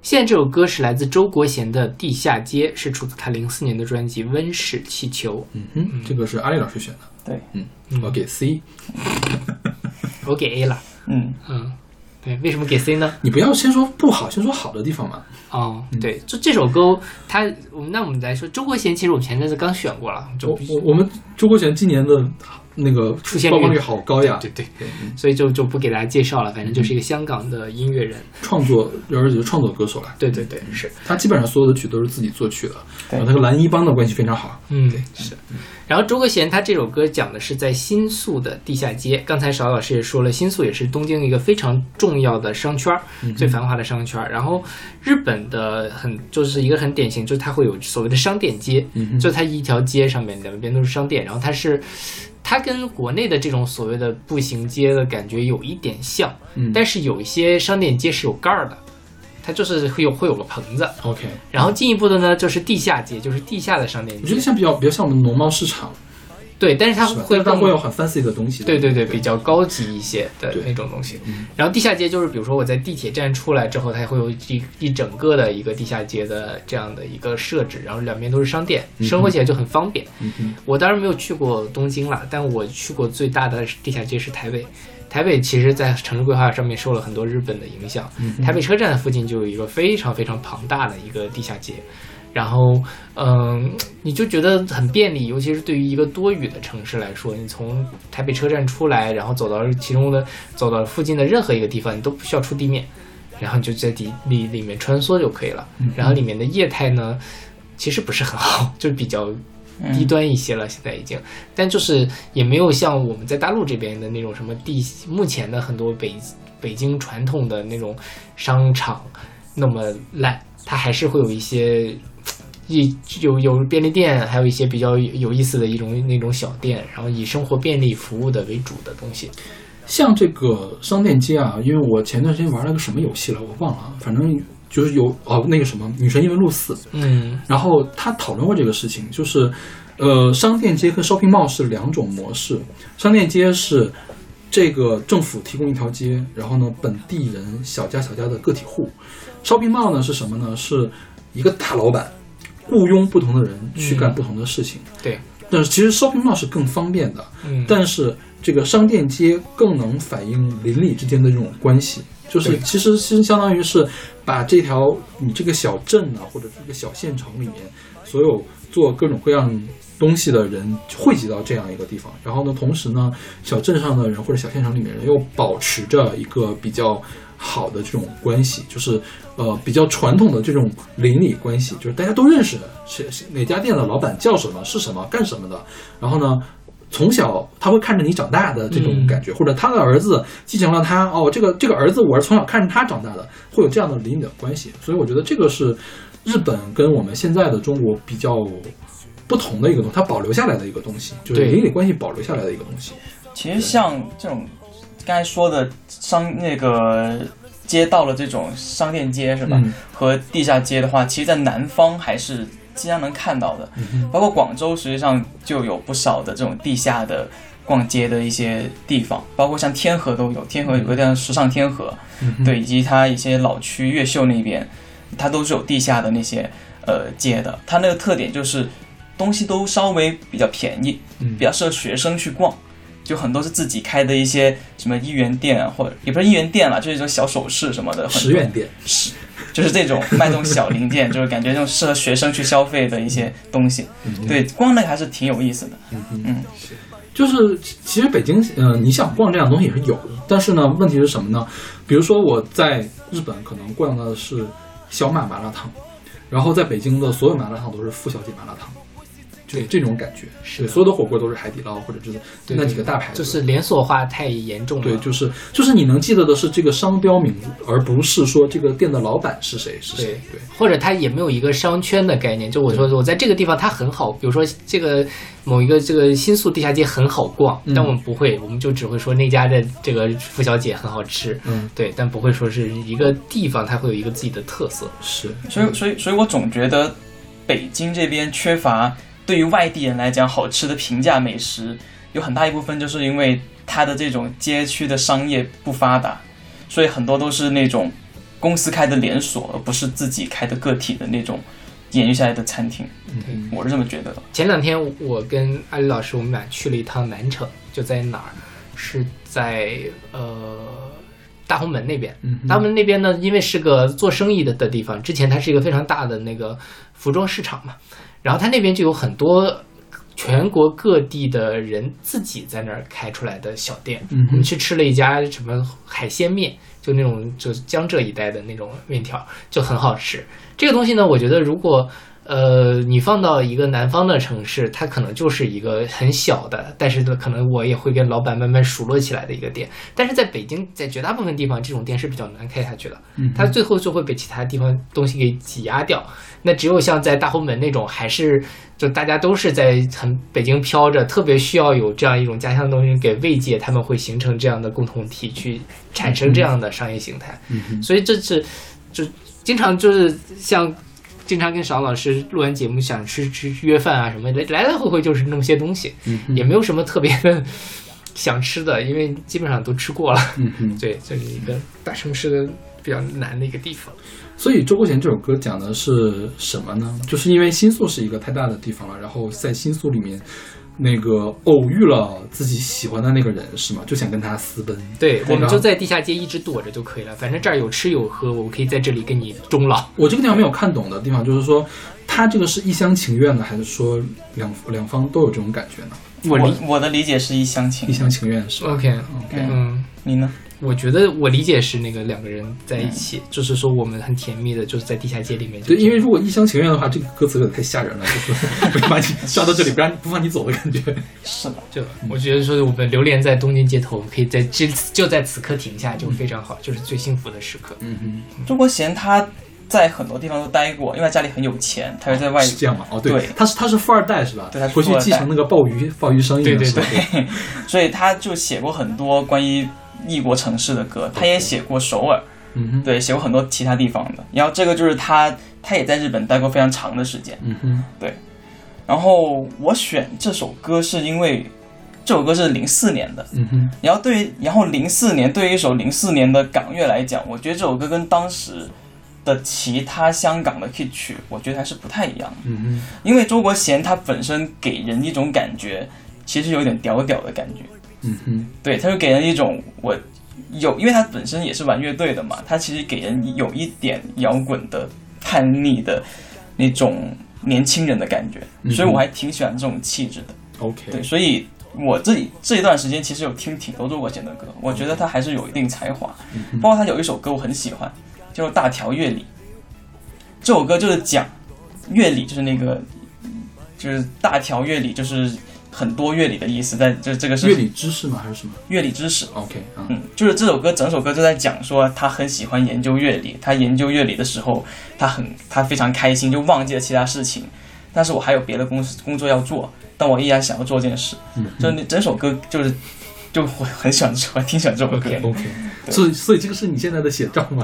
现在这首歌是来自周国贤的《地下街》，是出自他零四年的专辑《温室气球》。 嗯哼，嗯这个是阿丽老师选的。 对， 嗯，我给 C， 我给 A 了。 嗯嗯，对，为什么给 C 呢？ 你不要先说不好，先说好的地方嘛。 哦，对，就这首歌，它我们那我们来说，周国贤其实我们前阵子刚选过了，就我我我们周国贤今年的那个出现曝光率好高呀， 对对 对, 对、嗯，所以就就不给大家介绍了，反正就是一个香港的音乐人， 创作而且创作歌手了。 对对对，是他基本上所有的曲都是自己作曲的，然后他和蓝一帮的关系非常好。 嗯，对是。然后周国贤他这首歌讲的是在新宿的地下街，刚才邵老师也说了，新宿也是东京一个非常重要的商圈，嗯、最繁华的商圈。然后日本的很就是一个很典型，就是它会有所谓的商店街，嗯、就它一条街上面两边都是商店，然后它是。它跟国内的这种所谓的步行街的感觉有一点像，嗯，但是有一些商店街是有盖儿的，它就是会有会有个棚子 ，OK。 然后进一步的呢，就是地下街，就是地下的商店街。 我觉得像比较比较像我们农贸市场， 对，但是它会它会有很 fancy 的东西， 对对对，比较高级一些的那种东西。然后地下街就是比如说我在地铁站出来之后，它会有一一整个的一个地下街的这样的一个设置，然后两边都是商店，生活起来就很方便。 嗯、 我当然没有去过东京了，但我去过最大的地下街是台北。台北其实在城市规划上面受了很多日本的影响， 嗯、 台北车站附近就有一个非常非常庞大的一个地下街。然后，嗯，你就觉得很便利，尤其是对于一个多雨的城市来说，你从台北车站出来，然后走到其中的，走到附近的任何一个地方，你都不需要出地面，然后你就在底里里面穿梭就可以了。然后里面的业态呢，其实不是很好，就比较低端一些了，现在已经，但就是也没有像我们在大陆这边的那种什么地，目前的很多北北京传统的那种商场那么烂，它还是会有一些。一有有便利店，还有一些比较有意思的一种那种小店，然后以生活便利服务的为主的东西。 像这个商店街啊，因为我前段时间玩了个什么游戏了，我忘了，反正就是有哦那个什么女神异闻录四， 嗯， 然后他讨论过这个事情，就是呃商店街和 shopping mall 是两种模式，商店街是这个政府提供一条街，然后呢本地人小家小家的个体户 ，shopping mall 呢是什么呢？是一个大老板。雇佣不同的人去干不同的事情， 嗯、对。 但是其实 shopping mall 是更方便的， 嗯， 但是这个商店街更能反映邻里之间的这种关系，就是其实其实相当于是把这条你这个小镇啊，或者这个小县城里面所有做各种各样东西的人汇集到这样一个地方，然后呢，同时呢，小镇上的人或者小县城里面人又保持着一个比较好的这种关系，就是呃比较传统的这种邻里关系，就是大家都认识是哪家店的老板叫什么是什么干什么的，然后呢从小他会看着你长大的这种感觉，嗯、或者他的儿子继承了他哦这个这个儿子我是从小看着他长大的，会有这样的邻里的关系，所以我觉得这个是日本跟我们现在的中国比较不同的一个东西，它保留下来的一个东西，就是邻里关系保留下来的一个东西。 其实像这种刚才说的商那个街道的这种商店街是吧、嗯、和地下街的话，其实在南方还是经常能看到的、嗯、包括广州实际上就有不少的这种地下的逛街的一些地方，包括像天河都有，天河有个叫时尚天河、嗯、对，以及它一些老区越秀那边它都是有地下的那些呃街的，它那个特点就是东西都稍微比较便宜、嗯、比较适合学生去逛，就很多是自己开的一些什么一元店啊，或者也不是一元店啦，就是一种小首饰什么的， 十元店， 是就是这种卖这种小零件，就是感觉这种适合学生去消费的一些东西。嗯、对，逛那个还是挺有意思的。 嗯嗯，是，就是其实北京，呃，你想逛这样的东西也是有的，但是呢，问题是什么呢？比如说我在日本可能逛的是小马麻辣烫，然后在北京的所有麻辣烫都是傅小姐麻辣烫。对，这种感觉是所有的火锅都是海底捞或者是那几个大牌子， 就是连锁化太严重了。 对，就是就是你能记得的是这个商标名字，而不是说这个店的老板是谁是谁。对，对， 或者他也没有一个商圈的概念。就我说我在这个地方它很好，比如说这个某一个这个新宿地下街很好逛，但我们不会，我们就只会说那家的这个傅小姐很好吃。嗯，对，但不会说是一个地方它会有一个自己的特色。 是， 所以所以所以我总觉得北京这边缺乏。对于外地人来讲，好吃的平价美食有很大一部分就是因为它的这种街区的商业不发达，所以很多都是那种公司开的连锁，而不是自己开的个体的那种延续下来的餐厅。 嗯， 我是这么觉得的。 前两天我跟阿里老师我们俩去了一趟南城，就在哪儿？是在呃大红门那边。 嗯， 大红门那边呢，因为是个做生意的的地方，之前它是一个非常大的那个服装市场嘛，然后它那边就有很多全国各地的人自己在那儿开出来的小店。 嗯， 我们去吃了一家什么海鲜面，就那种就是江浙一带的那种面条，就很好吃。这个东西呢，我觉得如果呃你放到一个南方的城市，它可能就是一个很小的，但是可能我也会跟老板慢慢熟络起来的一个店。但是在北京，在绝大部分地方，这种店是比较难开下去的， 嗯， 它最后就会被其他地方东西给挤压掉。那只有像在大红门那种，还是就大家都是在很北京飘着，特别需要有这样一种家乡的东西给慰藉，他们会形成这样的共同体，去产生这样的商业形态。 嗯， 所以这是就经常就是像经常跟邵老师录完节目想吃吃约饭啊什么的，来来回回就是那么些东西， 嗯， 也没有什么特别的想吃的，因为基本上都吃过了。 嗯， 对，这是一个大城市的比较难的一个地方。 所以周国贤这首歌讲的是什么呢？就是因为新宿是一个太大的地方了，然后在新宿里面那个偶遇了自己喜欢的那个人，是吗？就想跟他私奔。 对，我们就在地下街一直躲着就可以了，反正这儿有吃有喝，我可以在这里跟你终老。 我这个地方没有看懂的地方就是说，他这个是一厢情愿的，还是说两两方都有这种感觉呢？ 我理我的理解是一厢情愿， 一厢情愿是吧 ？OK OK， 嗯， 你呢？ 我觉得我理解是那个两个人在一起，嗯、就是说我们很甜蜜的，就是在地下街里面。 对，因为如果一厢情愿的话，这个歌词有点太吓人了，就是会把你抓到这里，不让不放你走的感觉。 是的， 就我觉得说我们流连在东京街头，我们可以在这就在此刻停下，就非常好，就是最幸福的时刻。 嗯哼， 周国贤他在很多地方都待过，因为家里很有钱，他会在外。 是这样吗？哦，对， 对他是他是富二代是吧？ 对，他是回去继承那个鲍鱼鲍鱼生意。 对对对, 对，所以他就写过很多关于异国城市的歌，他也写过首尔， 嗯哼， 对，写过很多其他地方的。然后这个就是他，他也在日本待过非常长的时间， 嗯哼， 对。然后我选这首歌是因为这首歌是零四年的， 嗯哼。 然后对于然后零四年对于一首零四年的港乐来讲，我觉得这首歌跟当时的其他香港的 hit 曲，我觉得还是不太一样的。 嗯哼， 因为周国贤他本身给人一种感觉，其实有点屌屌的感觉。 嗯哼， 对，他就给人一种我有，因为他本身也是玩乐队的嘛，他其实给人有一点摇滚的叛逆的那种年轻人的感觉， 嗯、 所以我还挺喜欢这种气质的。 OK， 对，所以我这这一段时间其实有听挺多周国贤的歌，我觉得他还是有一定才华， 嗯、 包括他有一首歌我很喜欢，叫做《大条乐理》。这首歌就是讲乐理，就是那个就是大条乐理，就是很多乐理的意思，在这这个是乐理知识吗？还是什么？ 乐理知识。 OK， 嗯, 嗯，就是这首歌整首歌就在讲说他很喜欢研究乐理，他研究乐理的时候，他很他非常开心，就忘记了其他事情。但是我还有别的工工作要做，但我依然想要做这件事。 嗯， 就那整首歌就是就我很喜欢这首，我挺喜欢这首歌。 OK OK， 所以所以这个是你现在的写照吗？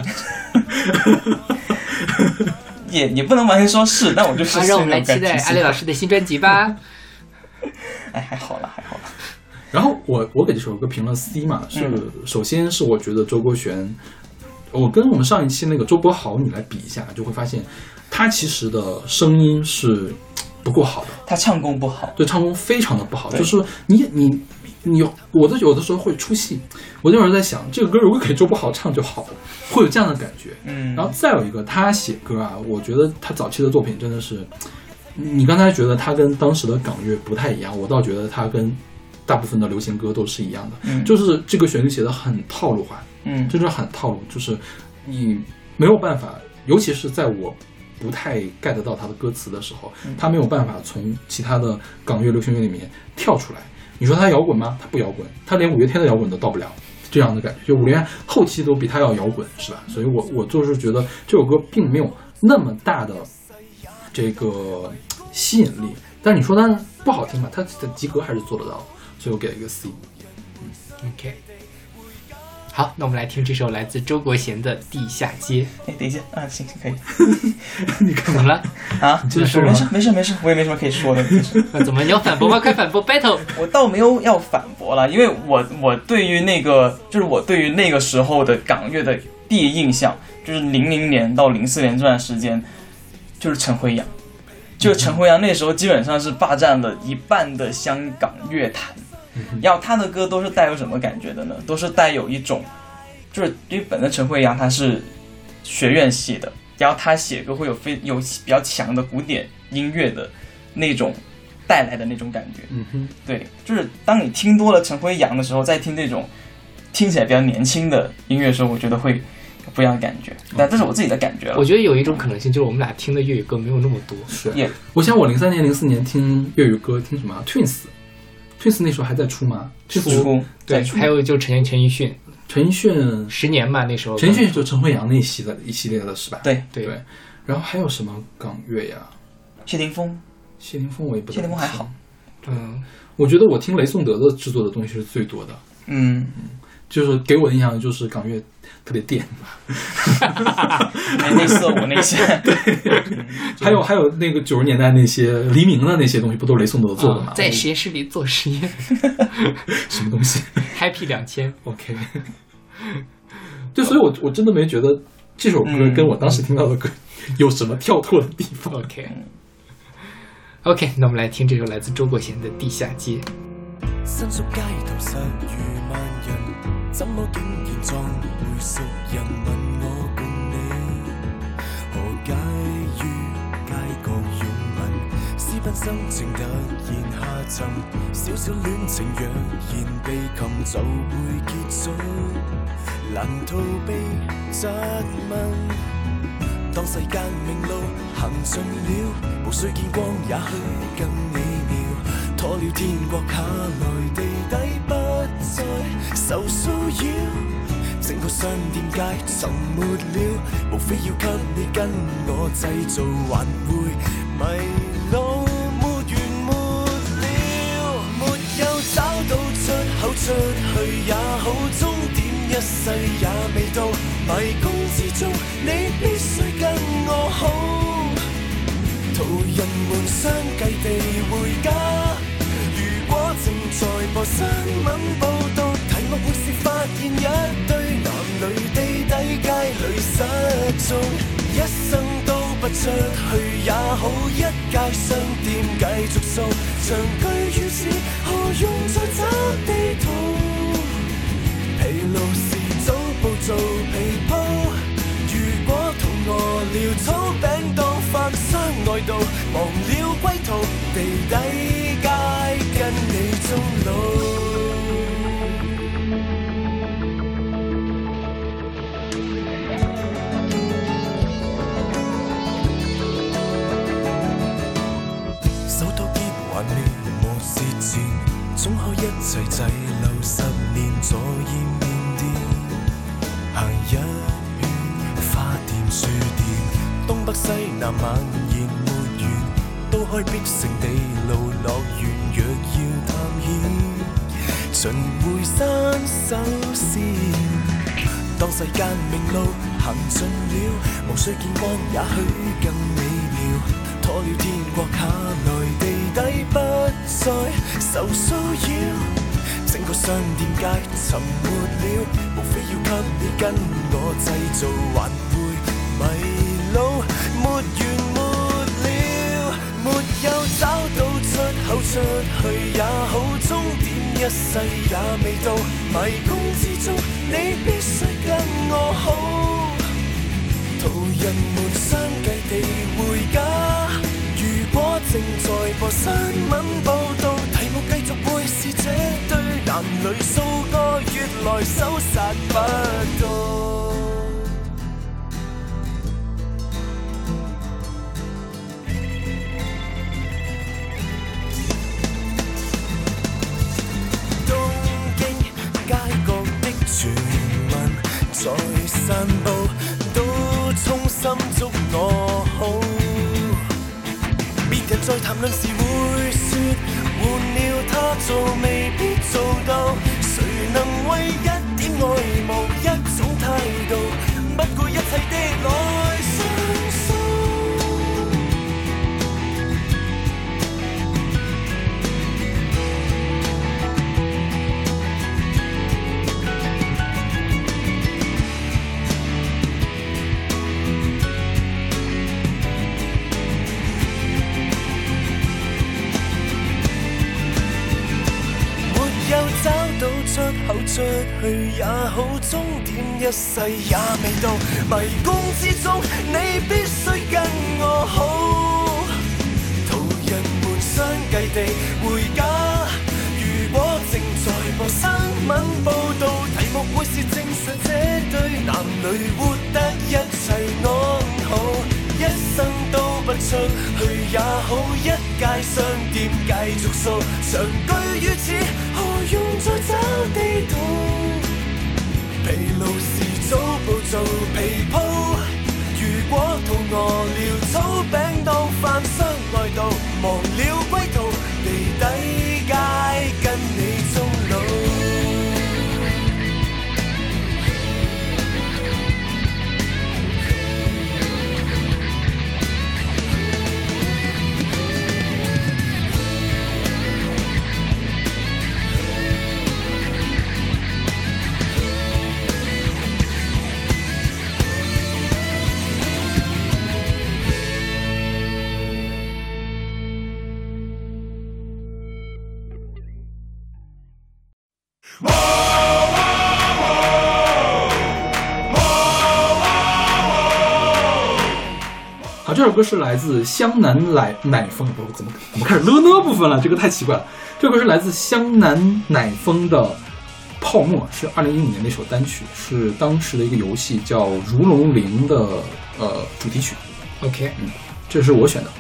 也也不能完全说是，但我就是让我们来期待阿里老师的新专辑吧。 哎，还好了，还好了。 然后我我给这首歌评了 C 嘛，是、嗯、首先是我觉得周国贤，我跟我们上一期那个周柏豪你来比一下，就会发现他其实的声音是不够好的， 他唱功不好， 对，唱功非常的不好，就是你你你我的有的时候会出戏，我就有人在想，这个歌如果给周柏豪唱就好了，会有这样的感觉。 嗯， 然后再有一个他写歌啊，我觉得他早期的作品真的是。你刚才觉得他跟当时的港乐不太一样，我倒觉得他跟大部分的流行歌都是一样的， 嗯、 就是这个旋律写的很套路化， 嗯， 真是很套路，就是你没有办法，尤其是在我不太 get 到他的歌词的时候， 嗯、 他没有办法从其他的港乐流行乐里面跳出来。你说他摇滚吗？他不摇滚，他连五月天的摇滚都到不了，这样的感觉，就五月天后期都比他要摇滚，是吧？所以我我就是觉得这首歌并没有那么大的这个吸引力，但是你说它不好听吧，它的及格还是做得到，所以我给了一个 C。 嗯、OK， 好，那我们来听这首来自周国贤的《地下街》。 哎，等一下啊，行行可以。 你干嘛了啊？ 你这是没事没事没事，我也没什么可以说的。 那怎么你要反驳吗？快反驳 battle！ 我倒没有要反驳了，因为我我对于那个就是我对于那个时候的港乐的第一印象， 就是零零年到零四年这段时间，就是陈辉阳，就是陈辉阳那时候基本上是霸占了一半的香港乐坛。然后他的歌都是带有什么感觉的呢？都是带有一种，就是因为本身陈慧阳他是学院系的，然后他写歌会有非有比较强的古典音乐的那种带来的那种感觉。 嗯哼， 对，就是当你听多了陈慧阳的时候，再听这种听起来比较年轻的音乐的时候，我觉得会有不一样的感觉。但这是我自己的感觉了。 我觉得有一种可能性就是我们俩听的粤语歌没有那么多。 是， yeah. 我想我零三年、零四年听粤语歌，听什么、啊、Twins。Twins 那时候还在出吗？ 出， 对，还有就陈陈奕迅， 陈奕迅十年吧，那时候陈奕迅就陈慧阳那一系列一系列的是吧？ 对对对。然后还有什么港乐呀？ 谢霆锋， 谢霆锋我也不知道。 谢霆锋还好， 嗯，我觉得我听雷颂德的制作的东西是最多的。 嗯嗯，就是给我的印象就是港乐特别电， 那色舞那些， 对，还有还有那个九十年代那些黎明的那些东西，不都是雷颂德做的吗？ 啊、在实验室里做实验， 什么东西 ？Happy 两千 ，OK。对，所以我我真的没觉得这首歌跟我当时听到的歌有什么跳脱的地方。 嗯、OK OK， 那我们来听这首来自周国贤的《地下街》。 伸縮街頭實如萬人，怎麼竟然撞回熟人？問我共你何解於街角擁吻？私奔心情突然下沉，小小戀情若然被擒就會結束，難逃避質問。當世間明路行盡了，無需見光也許更美妙。拖了天國下來地底不再受騷擾，整個商店街沉沒了，無非要給你跟我製造還會迷路，沒完沒了，沒有找到出口出去也好，終點一世也未到，迷宮之中你必須跟我好，途人們相繼地回家。如果正在播新聞報道，題目會是發現一堆男女地底街裏失蹤，一生都不出去也好，一街商店繼續掃，長居於是何用再找地圖？疲勞時早報做皮鋪，如果肚餓了草餅當飯相愛道，忘了歸途地底街跟你終老。手都結還未磨蝕前，總可一齊滯留十年左右面店，行一圈花店書店，東北西南蔓延沒完，都開必勝地路樂園，若要探險，循回山手線。當世間明路行盡了，無需見光也許更美妙，拖了天國下來地底不再受騷擾，整個商店街沉沒了，無非要給你跟我製造還會迷路，沒完沒了，沒有找到出口出去也好，終點一世也未到，迷宮之中你必須跟我好，途人們相繼地回家。如果正在播新聞報道，題目繼續會是這對男女數個月來手殺不到。在散步都衷心祝我好，別人在談論時會說換了他做未必做到，誰能為一點愛慕一種態度，不顧一切的來相訴。 出口出去也好，終點一世也未到。迷宮之中，你必須跟我好。途人們相繼地回家。如果正在播新聞報道，題目會是證實這對男女活得一切安好。一生都不出去也好，一街商店繼續掃，長居於此，何用再找地圖？疲勞時早步做皮鋪，如果肚餓了，草餅當飯，相愛到忘了歸途，地底街跟你終老。 好，这首歌是来自湘南奶奶风，不怎么怎么开始了呢部分了，这个太奇怪了。这首歌是来自湘南奶风的《泡沫》，是二零一五年的一首单曲，是当时的一个游戏叫《如龙零》的呃主题曲。 OK， 嗯，这是我选的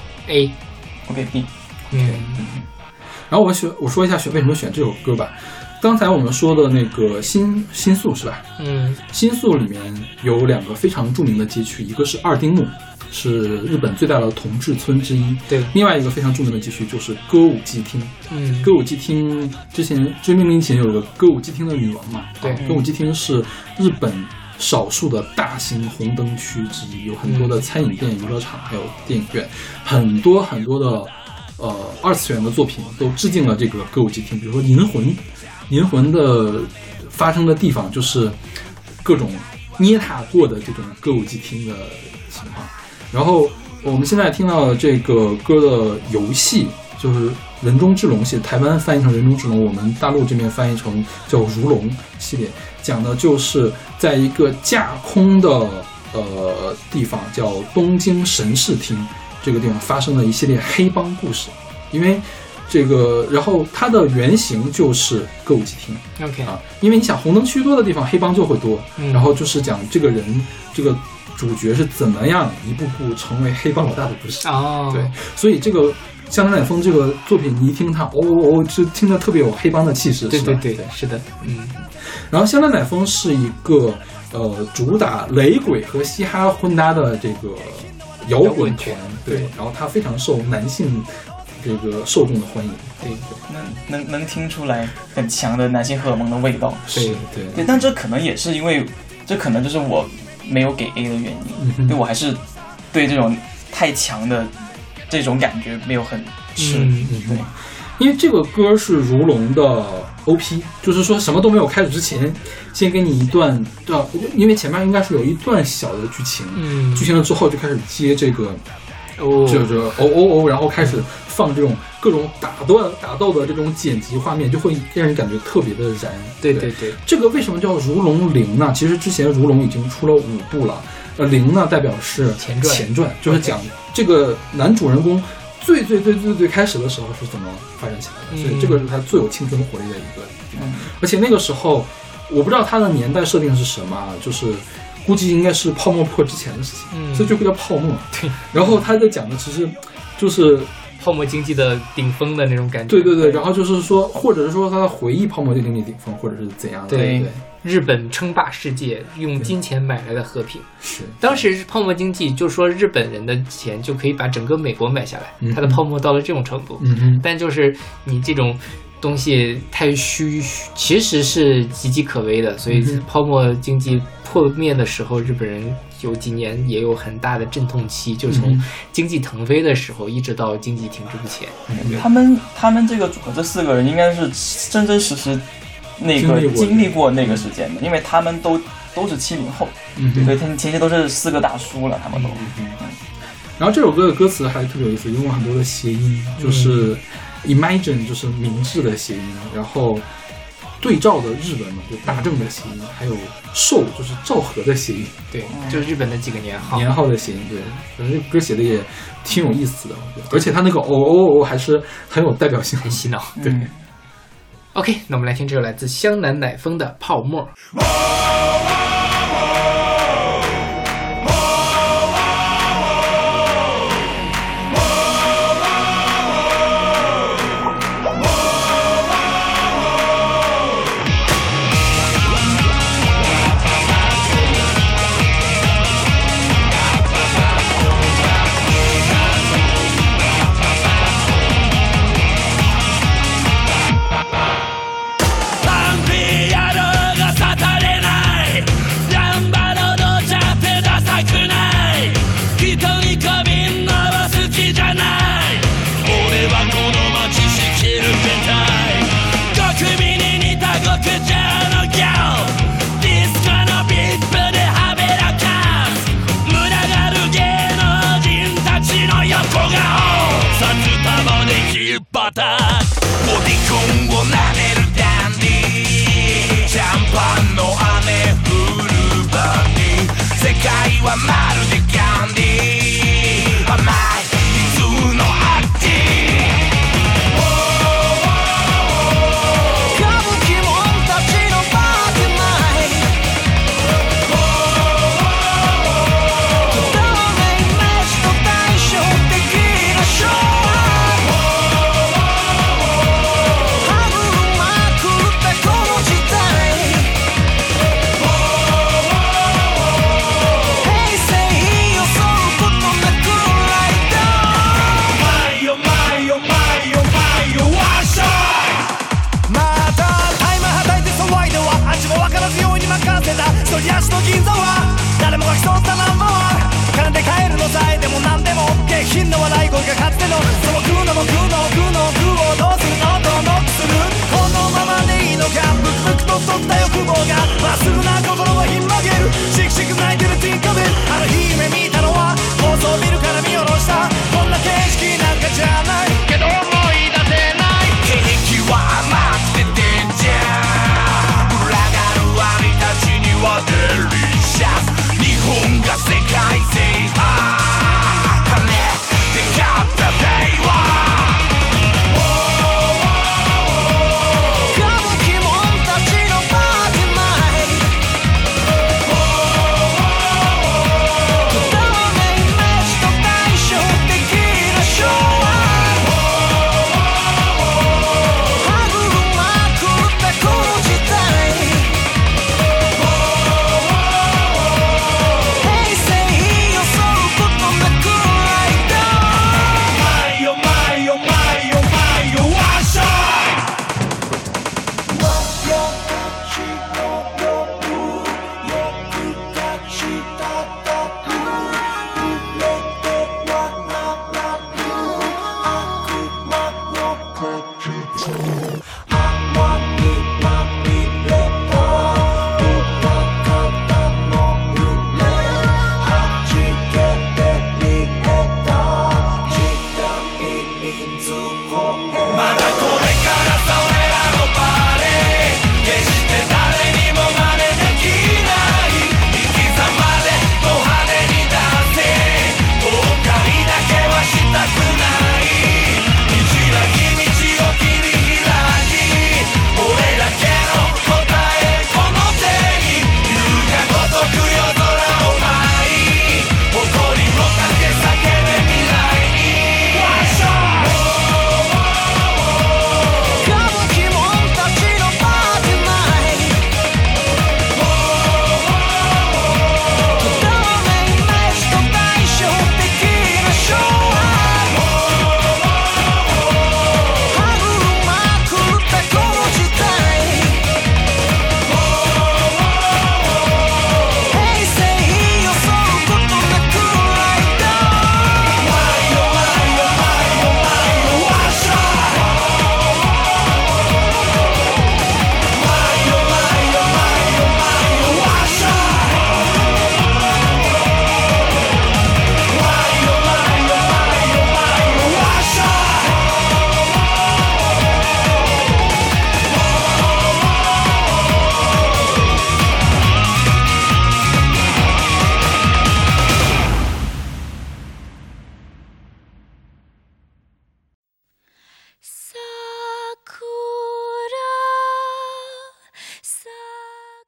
A，OK B， 嗯嗯。然后我选我说一下选为什么选这首歌吧。刚才我们说的那个新新宿是吧？ 嗯， 新宿里面有两个非常著名的街区，一个是二丁目，是日本最大的同志村之一。 对， 另外一个非常著名的街区就是歌舞伎町。 嗯， 歌舞伎町之前追命令前有个歌舞伎町的女王嘛？ 对， 歌舞伎町是日本少数的大型红灯区之一，有很多的餐饮店、娱乐场，还有电影院，很多很多的呃二次元的作品都致敬了这个歌舞伎町，比如说《银魂》。银魂的发生的地方就是各种捏踏过的这种歌舞伎町的情况。然后我们现在听到的这个歌的游戏就是人中之龙系，台湾翻译成人中之龙，我们大陆这边翻译成叫如龙系列，讲的就是在一个架空的呃地方叫东京神市町，这个地方发生了一系列黑帮故事。因为这个，然后它的原型就是歌舞伎町 ，OK 啊，因为你想红灯区多的地方，黑帮就会多， 嗯、 然后就是讲这个人，这个主角是怎么样一步步成为黑帮老大的故事。 哦， 对，所以这个湘南乃风这个作品，你一听它，哦哦，就听着特别有黑帮的气势， 对对对对， 是的，嗯。 然后湘南乃风是一个呃主打雷鬼和嘻哈混搭的这个摇滚团，对，然后它非常受男性这个受众的欢迎， 对，能能能听出来很强的男性荷尔蒙的味道， 对对对，但这可能也是因为，这可能就是我没有给 A 的原因，嗯、对我还是对这种太强的这种感觉没有很吃， 嗯嗯、对，因为这个歌是如龙的 O P， 就是说什么都没有开始之前，先给你一段，呃，因为前面应该是有一段小的剧情， 嗯， 剧情了之后就开始接这个。 哦， 这这哦哦哦，然后开始放这种各种打斗打斗的这种剪辑画面，就会让人感觉特别的燃。 对对对， 这个为什么叫如龙零呢？其实之前如龙已经出了五部了，呃，零呢代表是前传， 前传就是讲这个男主人公最最最最最开始的时候是怎么发展起来的，所以这个是他最有青春活力的一个地方。而且那个时候，我不知道他的年代设定是什么，就是。估计应该是泡沫破之前的事情，嗯，所以就会叫泡沫。 对， 然后他在讲的其实就是泡沫经济的顶峰的那种感觉。 对对对，然后就是说，或者是说他回忆泡沫经济顶峰，或者是怎样的。 对， 对日本称霸世界，用金钱买来的和平。 是， 当时泡沫经济就说日本人的钱就可以把整个美国买下来，嗯、它的泡沫到了这种程度。 嗯哼， 但就是你这种。东西太虚，其实是岌岌可危的，所以泡沫经济破灭的时候，日本人有几年也有很大的阵痛期，就从经济腾飞的时候一直到经济停滞不前。 嗯、他们他们这个组合这四个人应该是真真实实那个经历过那个时间的，因为他们都都是七零后，嗯、对对，他们前些都是四个大叔了，他们都。嗯嗯、 然后这首歌的歌词还特别有意思，用了很多的谐音，就是。嗯Imagine 就是明智的谐音，然后对照的日文嘛，就大正的谐音，还有寿就是昭和的谐音， 对，就是日本的几个年号年号的谐音，对，反正这歌写的也挺有意思的，而且他那个哦哦哦还是很有代表性， 很洗脑。 对、嗯、 ，OK， 那我们来听这首来自湘南乃风的《泡沫》。 ボディコンを舐めるダンディシャンパンの雨降るバンディ世界はまるでキャンディー甘い水のアッティ歌舞伎もんたちのバーティナイダメイメージと対照的なショーそりゃしと銀座は誰もが競ったナンバーワン金で買えるのさえでも何でも下品な笑い声がかつてのその空のも空の空の空をどうするのとノックするこのままでいいのかブクブクと取った欲望がまっすぐな心はひん曲げるシクシク泣いてるティンカベルあの日夢見たのは高層ビルから見下ろしたこんな景色なんかじゃないけど思い出せない景気は甘くてデンジャー群がるワニたちにはデリシャス日本が世界制覇金で買った平和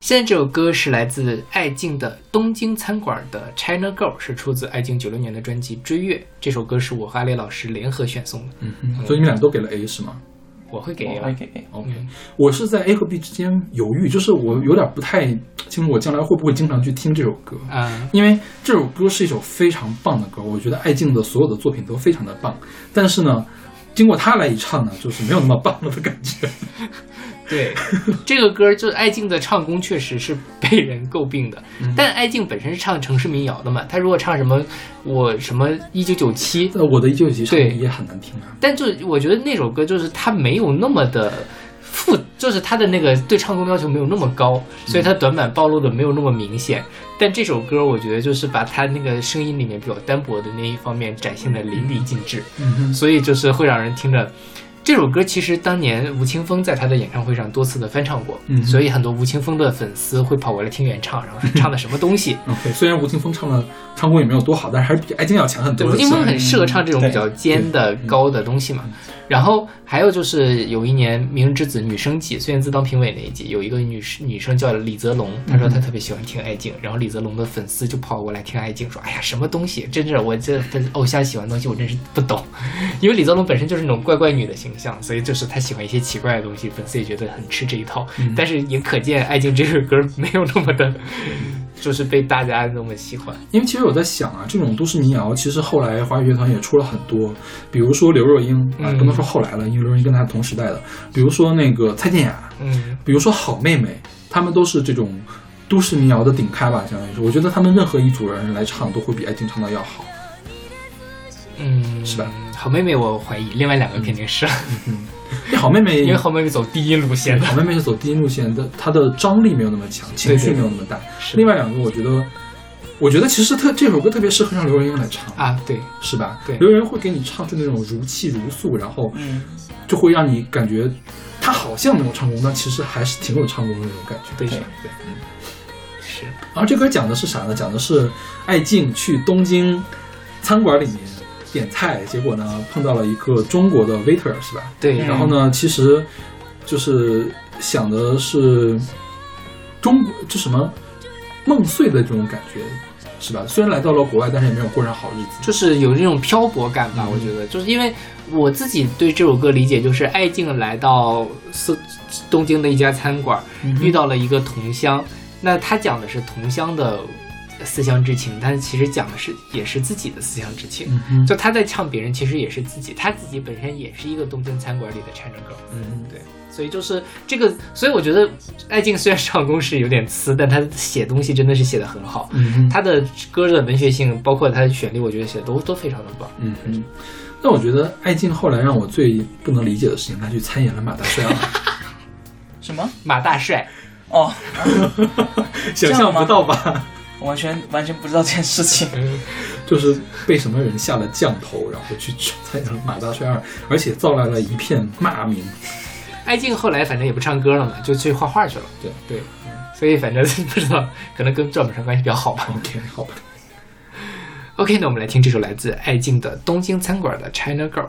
现在这首歌是来自爱静的《东京餐馆的 China Girl》，是出自爱静九六年的专辑《追月》。这首歌是我和阿雷老师联合选送的。 嗯嗯，所以你们俩都给了 A 是吗？ 我会给 A 我会给 A。OK， 我是在 A 和 B 之间犹豫，就是我有点不太清楚我将来会不会经常去听这首歌啊， 因为这首歌是一首非常棒的歌，我觉得爱静的所有的作品都非常的棒，但是呢，经过他来一唱呢，就是没有那么棒了的感觉。 对，这个歌就是爱静的唱功确实是被人诟病的，嗯、但爱静本身是唱城市民谣的嘛，他如果唱什么我什么一九九七， 我的一九九七唱的也很难听啊。 但就我觉得那首歌就是他没有那么的复，就是他的那个对唱功要求没有那么高，所以他短板暴露的没有那么明显。但这首歌我觉得就是把他那个声音里面比较单薄的那一方面展现的淋漓尽致， 嗯、 所以就是会让人听着。这首歌其实当年吴青峰在他的演唱会上多次的翻唱过， 嗯、 所以很多吴青峰的粉丝会跑过来听原唱，然后说唱的什么东西。 OK， 虽然吴青峰唱的唱功也没有多好，但是还是比爱静要强很多。 对，吴青峰很适合唱这种比较尖的、高的东西嘛。然后还有就是有一年《明日之子》女生季，孙燕姿当评委那一季，有一个女女生叫李泽龙，她说她特别喜欢听爱静，然后李泽龙的粉丝就跑过来听爱静，说：“哎呀，什么东西，真是我这偶像喜欢的东西，我真是不懂。”因为李泽龙本身就是那种怪怪女的形象，所以就是她喜欢一些奇怪的东西，粉丝也觉得很吃这一套。 嗯、 但是也可见爱静这首歌没有那么的。就是被大家那么喜欢， 因为其实我在想啊，这种都市民谣其实后来华语乐团也出了很多，比如说刘若英啊，不能说后来了，因为刘若英跟她同时代的，比如说那个蔡健雅， 嗯， 比如说好妹妹，他们都是这种都市民谣的顶开吧，相当于是，我觉得他们任何一组人来唱都会比爱静唱的要好， 嗯， 是吧？ 好妹妹我怀疑，另外两个肯定是。 嗯嗯，好妹妹， 因为好妹妹走低音路线的， 好妹妹是走低音路线的，她的张力没有那么强，情绪没有那么大。另外两个，我觉得，我觉得其实特这首歌特别适合让刘若英来唱啊，对， 是吧？ 对， 刘若英会给你唱出那种如泣如诉，然后就会让你感觉她好像没有唱功，但其实还是挺有唱功的那种感觉。 对， 对，对，嗯， 是。 然后这歌讲的是啥呢？讲的是爱静去东京餐馆里面点菜，结果呢碰到了一个中国的 waiter 是吧？ 对， 然后呢，其实就是想的是中国就什么梦碎的这种感觉是吧？虽然来到了国外，但是也没有过上好日子， 就是有这种漂泊感吧。嗯、我觉得，就是因为我自己对这首歌理解，就是爱静来到东京的一家餐馆，嗯、遇到了一个同乡，那他讲的是同乡的思乡之情，但是其实讲的是也是自己的思乡之情。 嗯、 就他在唱别人，其实也是自己，他自己本身也是一个东京餐馆里的 China girl。 嗯， 对，所以就是这个，所以我觉得爱静虽然唱功是有点呲，但他写东西真的是写得很好。 嗯， 他的歌的文学性，包括他的旋律，我觉得写的都都非常的棒。 嗯嗯。但我觉得爱静后来让我最不能理解的事情，他去参演了马大帅二。 什么？ 马大帅？ 哦， 想象不到吧？ 完全完全不知道这件事情， 就是被什么人下了降头，然后去参演了马大帅二，而且造来了一片骂名。 爱静后来反正也不唱歌了嘛，就去画画去了。 对对、 嗯，所以反正不知道，可能跟赵本山关系比较好吧。 OK， 好吧。 OK， 那我们来听这首来自爱静的《东京餐馆的 China Girl》。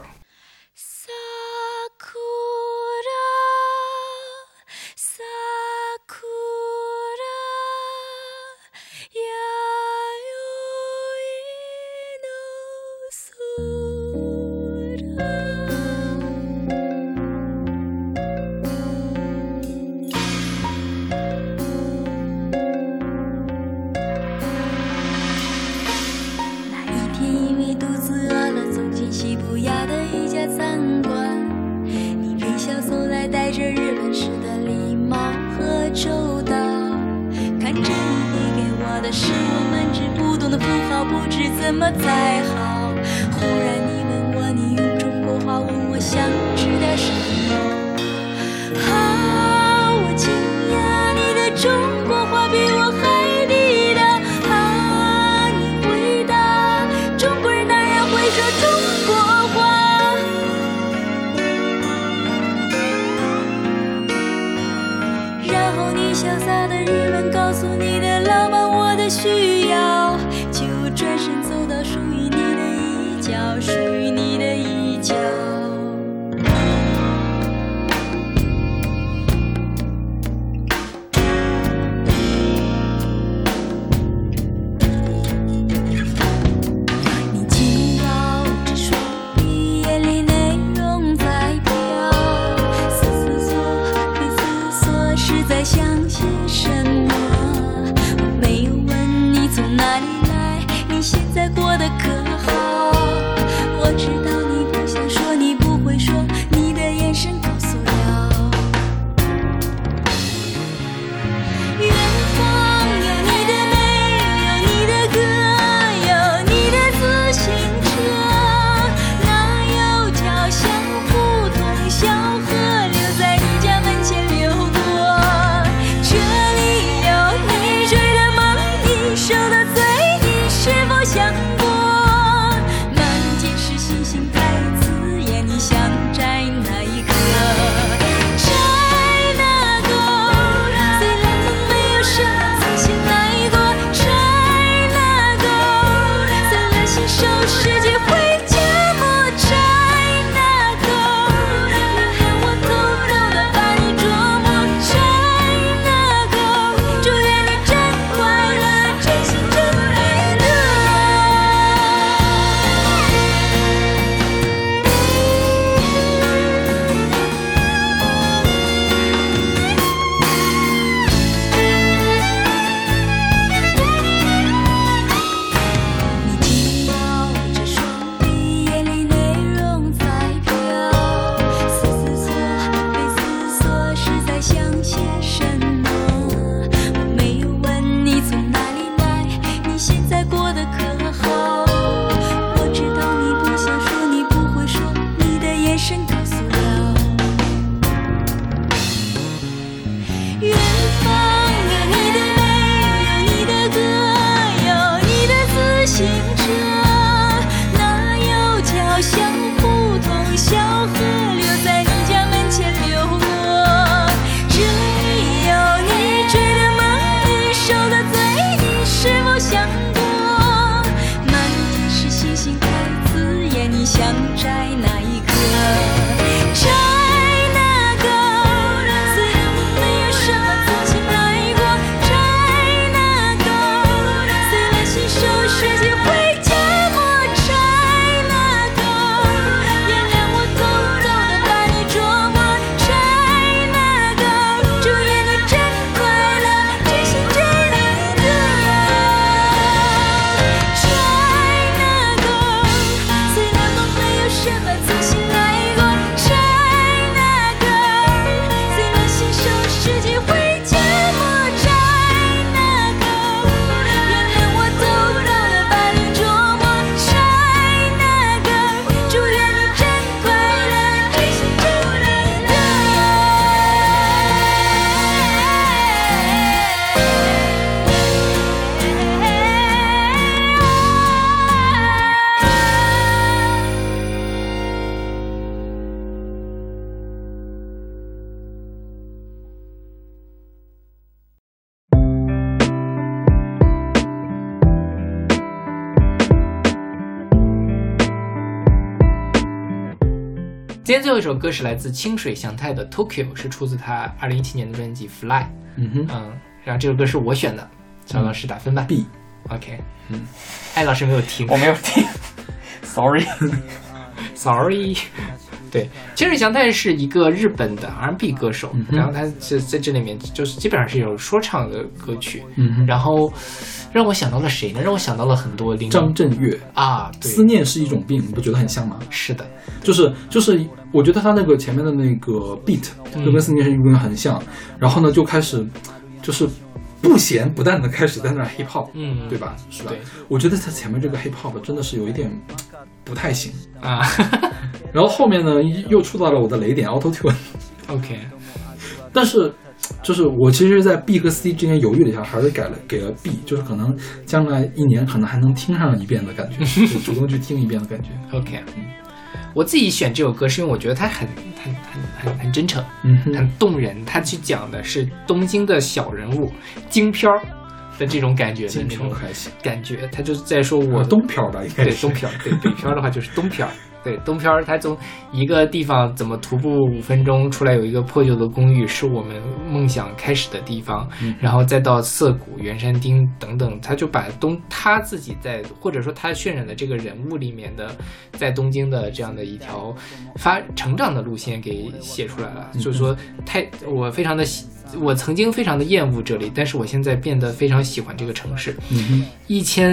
神告诉了。远方有你的美，有你的歌，有你的自行车，那有条小胡同小河流在你家门前流过，这里有你追的梦，你守的嘴，你是否想过满天是星星太刺眼，你想摘哪一颗？摘哪个？虽然梦没有什么曾醒来过，摘哪个？虽然心手世界会缄默，摘哪个？原谅我偷偷的把你琢磨，摘哪个？祝愿你真快乐，真心真爱乐。你紧抱着双臂，眼里泪容在飘，思思索，被思索，是在想些什么？我没有问你从哪里来，你现在过得可好？我知道你不想说，你不会说，你的眼神告诉了。远方有你的美，有你的歌，有你的自行车，那有条小胡同小河流在你家门前流过，这里有你追的梦，你守的嘴，你是否想过满天是星星太刺眼，你想摘哪一颗？摘哪个？虽然梦没有什么曾醒来过，摘哪个？虽然心手世界会缄默，摘哪个？原谅我偷偷的把你琢磨，摘哪个？祝愿你真快乐，真心真爱乐。摘哪个？虽然梦没有什么曾醒来过，摘哪个？虽然心手世界会缄默，摘哪个？原谅我偷偷的把你琢磨，摘哪个？祝愿你真快乐，真心真爱乐。 今天最后一首歌是来自清水翔太的 Tokyo， 是出自他二零一七年的专辑 Fly。 嗯哼， 嗯，然后这首歌是我选的，赵老师打分吧。 B。 OK。 嗯，艾老师没有听。 我没有听，sorry sorry。对，清水翔太是一个日本的 R and B 歌手， 嗯、 然后他在在这里面就是基本上是有说唱的歌曲， 嗯， 然后让我想到了谁呢？让我想到了很多林张震岳啊，对， 思念是一种病，你不觉得很像吗？ 是的， 就是就是，我觉得他那个前面的那个 beat 就跟思念是一种病很像，嗯、然后呢就开始就是不咸不淡的开始在那 hip hop， 嗯，对吧？是吧？我觉得他前面这个 hip hop 真的是有一点不太行啊。然后后面呢又触到了我的雷点 Auto Tune。OK， 但是就是我其实在 B 和 C 之间犹豫了一下，还是改了给了 B， 就是可能将来一年可能还能听上一遍的感觉，就主动去听一遍的感觉。 OK， 嗯，我自己选这首歌是因为我觉得它很很很很很真诚， 嗯， 很动人。它去讲的是东京的小人物京漂的这种感觉的那种感觉，他就是在说我、 啊、东漂吧，应该是对东漂，对北漂的话就是东漂。对，东漂他从一个地方怎么徒步五分钟出来有一个破旧的公寓是我们梦想开始的地方， 嗯、 然后再到涩谷、圆山町等等，他就把东他自己在或者说他渲染的这个人物里面的在东京的这样的一条发成长的路线给写出来了。 嗯、 所以说太我非常的我曾经非常的厌恶这里，但是我现在变得非常喜欢这个城市。 嗯、 一千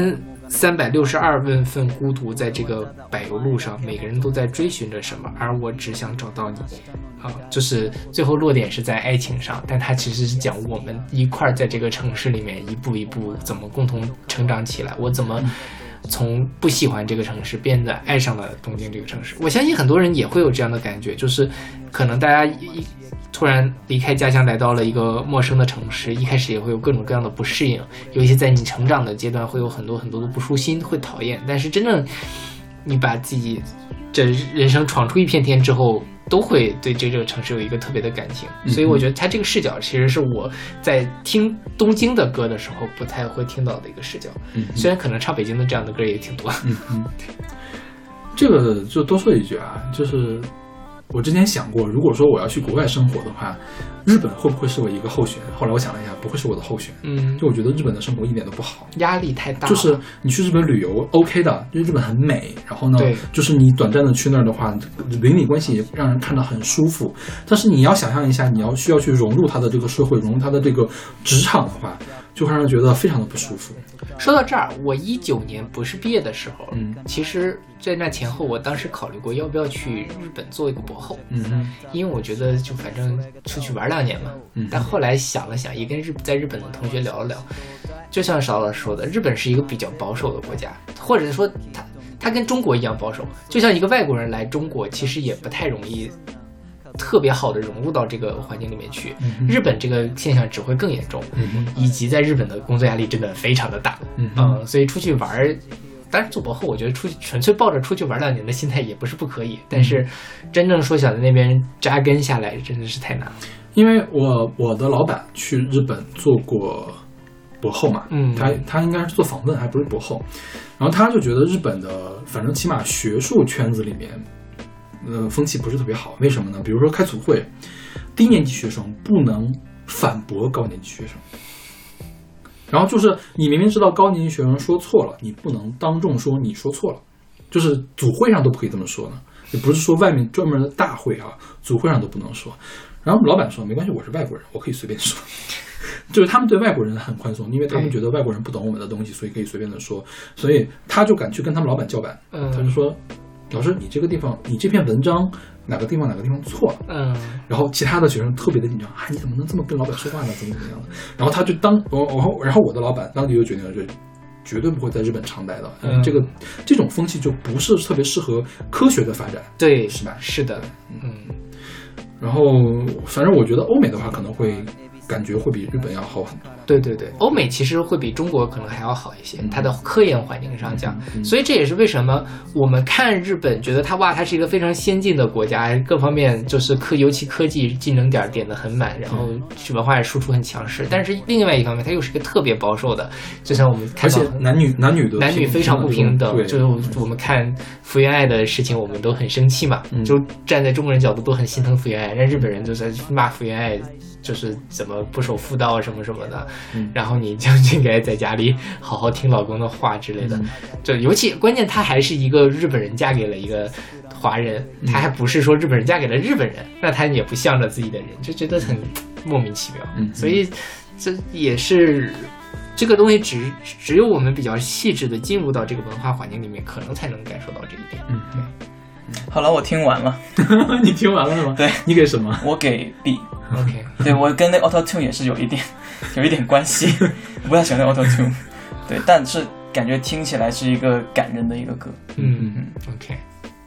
三百六十二万份孤独在这个柏油路上，每个人都在追寻着什么，而我只想找到你。啊，就是最后落点是在爱情上，但它其实是讲我们一块在这个城市里面一步一步怎么共同成长起来，我怎么从不喜欢这个城市变得爱上了东京这个城市。我相信很多人也会有这样的感觉，就是可能大家一突然离开家乡来到了一个陌生的城市，一开始也会有各种各样的不适应，尤其在你成长的阶段会有很多很多的不舒心，会讨厌，但是真正你把自己这人生闯出一片天之后，都会对这个城市有一个特别的感情。所以我觉得他这个视角其实是我在听东京的歌的时候不太会听到的一个视角，嗯，虽然可能唱北京的这样的歌也挺多。 嗯嗯，这个就多说一句啊，就是我之前想过，如果说我要去国外生活的话，日本会不会是我一个候选？后来我想了一下，不会是我的候选。嗯，就我觉得日本的生活一点都不好， 压力太大了。 就是你去日本旅游 OK 的，因为日本很美，然后呢，就是你短暂的去那儿的话，邻里关系也让人看得很舒服。但是你要想象一下，你要需要去融入他的这个社会，融入他的这个职场的话，就会让人觉得非常的不舒服。 说到这儿，我一九年博士毕业的时候，嗯，其实在那前后，我当时考虑过要不要去日本做一个博后，嗯，因为我觉得就反正出去玩两年嘛，嗯，但后来想了想，也跟日在日本的同学聊了聊，就像邵老师说的，日本是一个比较保守的国家，或者说它它跟中国一样保守，就像一个外国人来中国，其实也不太容易特别好的融入到这个环境里面去，嗯、日本这个现象只会更严重，嗯、以及在日本的工作压力真的非常的大，嗯、呃，所以出去玩，当然做博后，我觉得出去纯粹抱着出去玩两年的心态也不是不可以，但是真正说想在那边扎根下来，真的是太难了。 因为我我的老板去日本做过博后嘛，嗯，他他应该是做访问，还不是博后，然后他就觉得日本的，反正起码学术圈子里面。呃，风气不是特别好，为什么呢？比如说开组会，低年级学生不能反驳高年级学生，然后就是你明明知道高年级学生说错了，你不能当众说你说错了，就是组会上都不可以这么说呢，也不是说外面专门的大会啊，组会上都不能说。然后老板说没关系，我是外国人，我可以随便说。就是他们对外国人很宽松，因为他们觉得外国人不懂我们的东西，所以可以随便的说，所以他就敢去跟他们老板叫板，嗯，他就说。老师，你这个地方，你这篇文章哪个地方哪个地方错了？嗯，然后其他的学生特别的紧张，啊，你怎么能这么跟老板说话呢？怎么怎么样的？然后他就当，然后然后我的老板当即就决定了，就绝对不会在日本长待的，因为这个、嗯、这种风气就不是特别适合科学的发展， 对， 是吧？ 是的，嗯。 然后，反正我觉得欧美的话可能会。感觉会比日本要好很多。 对对对，欧美其实会比中国可能还要好一些，嗯、它的科研环境上讲、嗯嗯，所以这也是为什么我们看日本觉得它哇，它是一个非常先进的国家，各方面就是科，尤其科技技能点点得很满，然后文化也输出很强势。但是另外一方面，它又是一个特别保守的，就像我们看到， 而且男女男女的男女非常不平等。就是我们看福原爱的事情，我们都很生气嘛，嗯、就站在中国人角度都很心疼福原爱，但日本人就在骂福原爱。就是怎么不守妇道什么什么的、嗯，然后你就应该在家里好好听老公的话之类的。嗯、就尤其关键，她还是一个日本人嫁给了一个华人，她、嗯、还不是说日本人嫁给了日本人，那她也不向着自己的人，就觉得很莫名其妙。嗯，所以这也是这个东西只只有我们比较细致的进入到这个文化环境里面，可能才能感受到这一点。嗯，对。 好了，我听完了。 你听完了是吗？ 对， 你给什么？ 我给 B。 OK， 对，我跟那 Auto Tune 也是有一点有一点关系，我不太喜欢那 Auto Tune， 对，但是感觉听起来是一个感人的一个歌。 嗯嗯 ，OK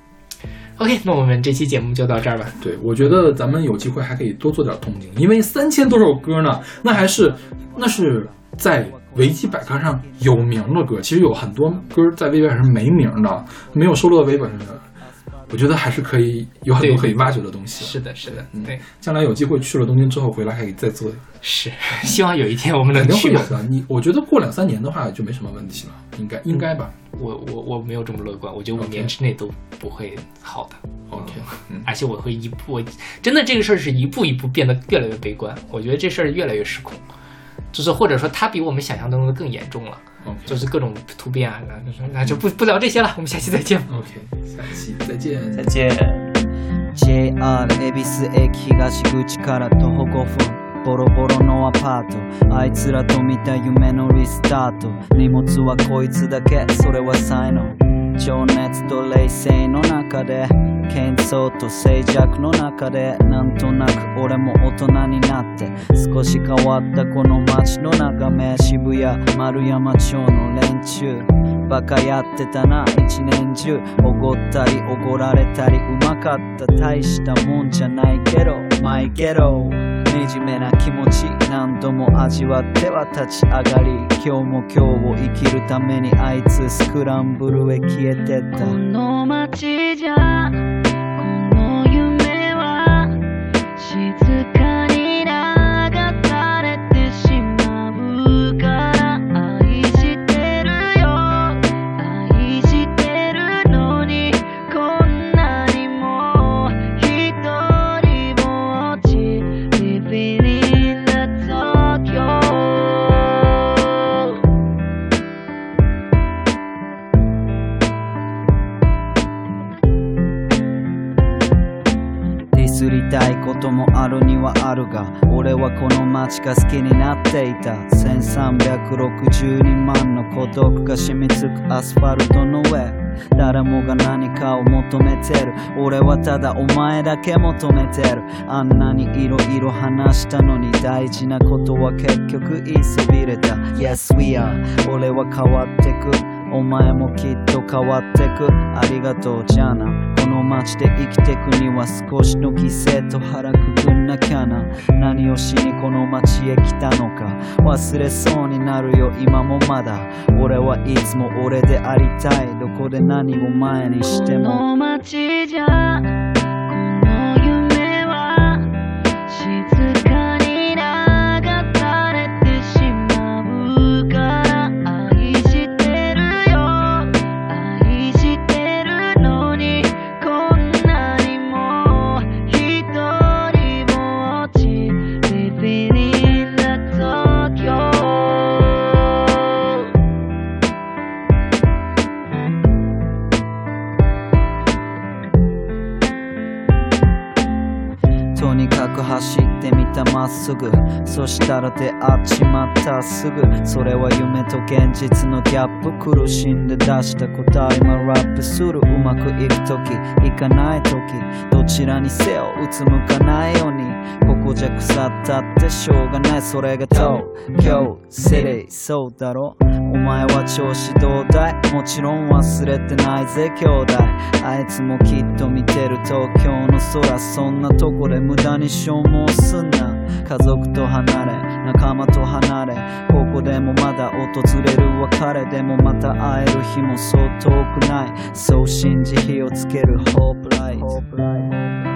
OK， 那我们这期节目就到这儿吧。 对，我觉得咱们有机会还可以多做点通经，因为三千多首歌呢，那还是那是在维基百科上有名的歌，其实有很多歌在微博上是没名的，没有收录到微博上的。我觉得还是可以有很多可以挖掘的东西。 是的，是的， 嗯， 对。 将来有机会去了东京之后回来，还可以再做。 是，希望有一天我们能去。 肯定会有的。你，我觉得过两三年的话就没什么问题了，应该应该吧。 我我我没有这么乐观，我觉得五年之内都不会好的。 OK， 嗯，而且我会一步，我真的这个事儿是一步一步变得越来越悲观。我觉得这事儿越来越失控，就是或者说它比我们想象当中的更严重了。Okay. 就是各种突变啊，那就不不聊这些了，我们下期再见。 OK， 下期再见， 再见。 ジェイアール 恵比寿駅東口から徒歩ごふん、 ボロボロのアパートあいつらと見た夢のリスタート荷物はこいつだけそれは才能情熱と冷静の中で喧騒と静寂の中でなんとなく俺も大人になって少し変わったこの街の眺め渋谷丸山町の連中バカやってたな一年中おごったりおごられたりうまかった大したもんじゃないけどマイケロ惨めな気持ち何度も味わっては立ち上がり今日も今日を生きるためにあいつスクランブルへ消えてったこの街じゃこの夢は静かに流されてしまうから愛してるよ愛してるのにこんなにも一人ぼっち Living in the Tokyoディスりたいこともあるにはあるが俺はこの街が好きになっていたせんさんびゃくろくじゅうにまんの孤独が染みつくアスファルトの上誰もが何かを求めてる俺はただお前だけ求めてるあんなにいろいろ話したのに大事なことは結局言いそびれた Yes we are 俺は変わってくお前もきっと変わってくありがとうじゃあなこの街で生きてくには少しの犠牲と腹くくんなきゃな何をしにこの街へ来たのか忘れそうになるよ今もまだ俺はいつも俺でありたいどこで何を前にしてもこの街じゃこの夢は静かに流されてしまうから愛してるよ愛してるのにこんなにも一人ぼっち Living in the Tokyoとにかく走ってみたまっすぐそしたら出会っちまったすぐそれは夢と現実のギャップ苦しんで出した答え今ラップするうまくいくときいかないときどちらにせようつむかないようにここじゃ腐ったってしょうがないそれが東京シティそうだろお前は調子どうだいもちろん忘れてないぜ兄弟あいつもきっと見てる東京の空そんなとこで無駄に消耗すんな家族と離れ仲間と離れここでもまだ訪れる別れでもまた会える日もそう遠くないそう信じ火をつける Hope Light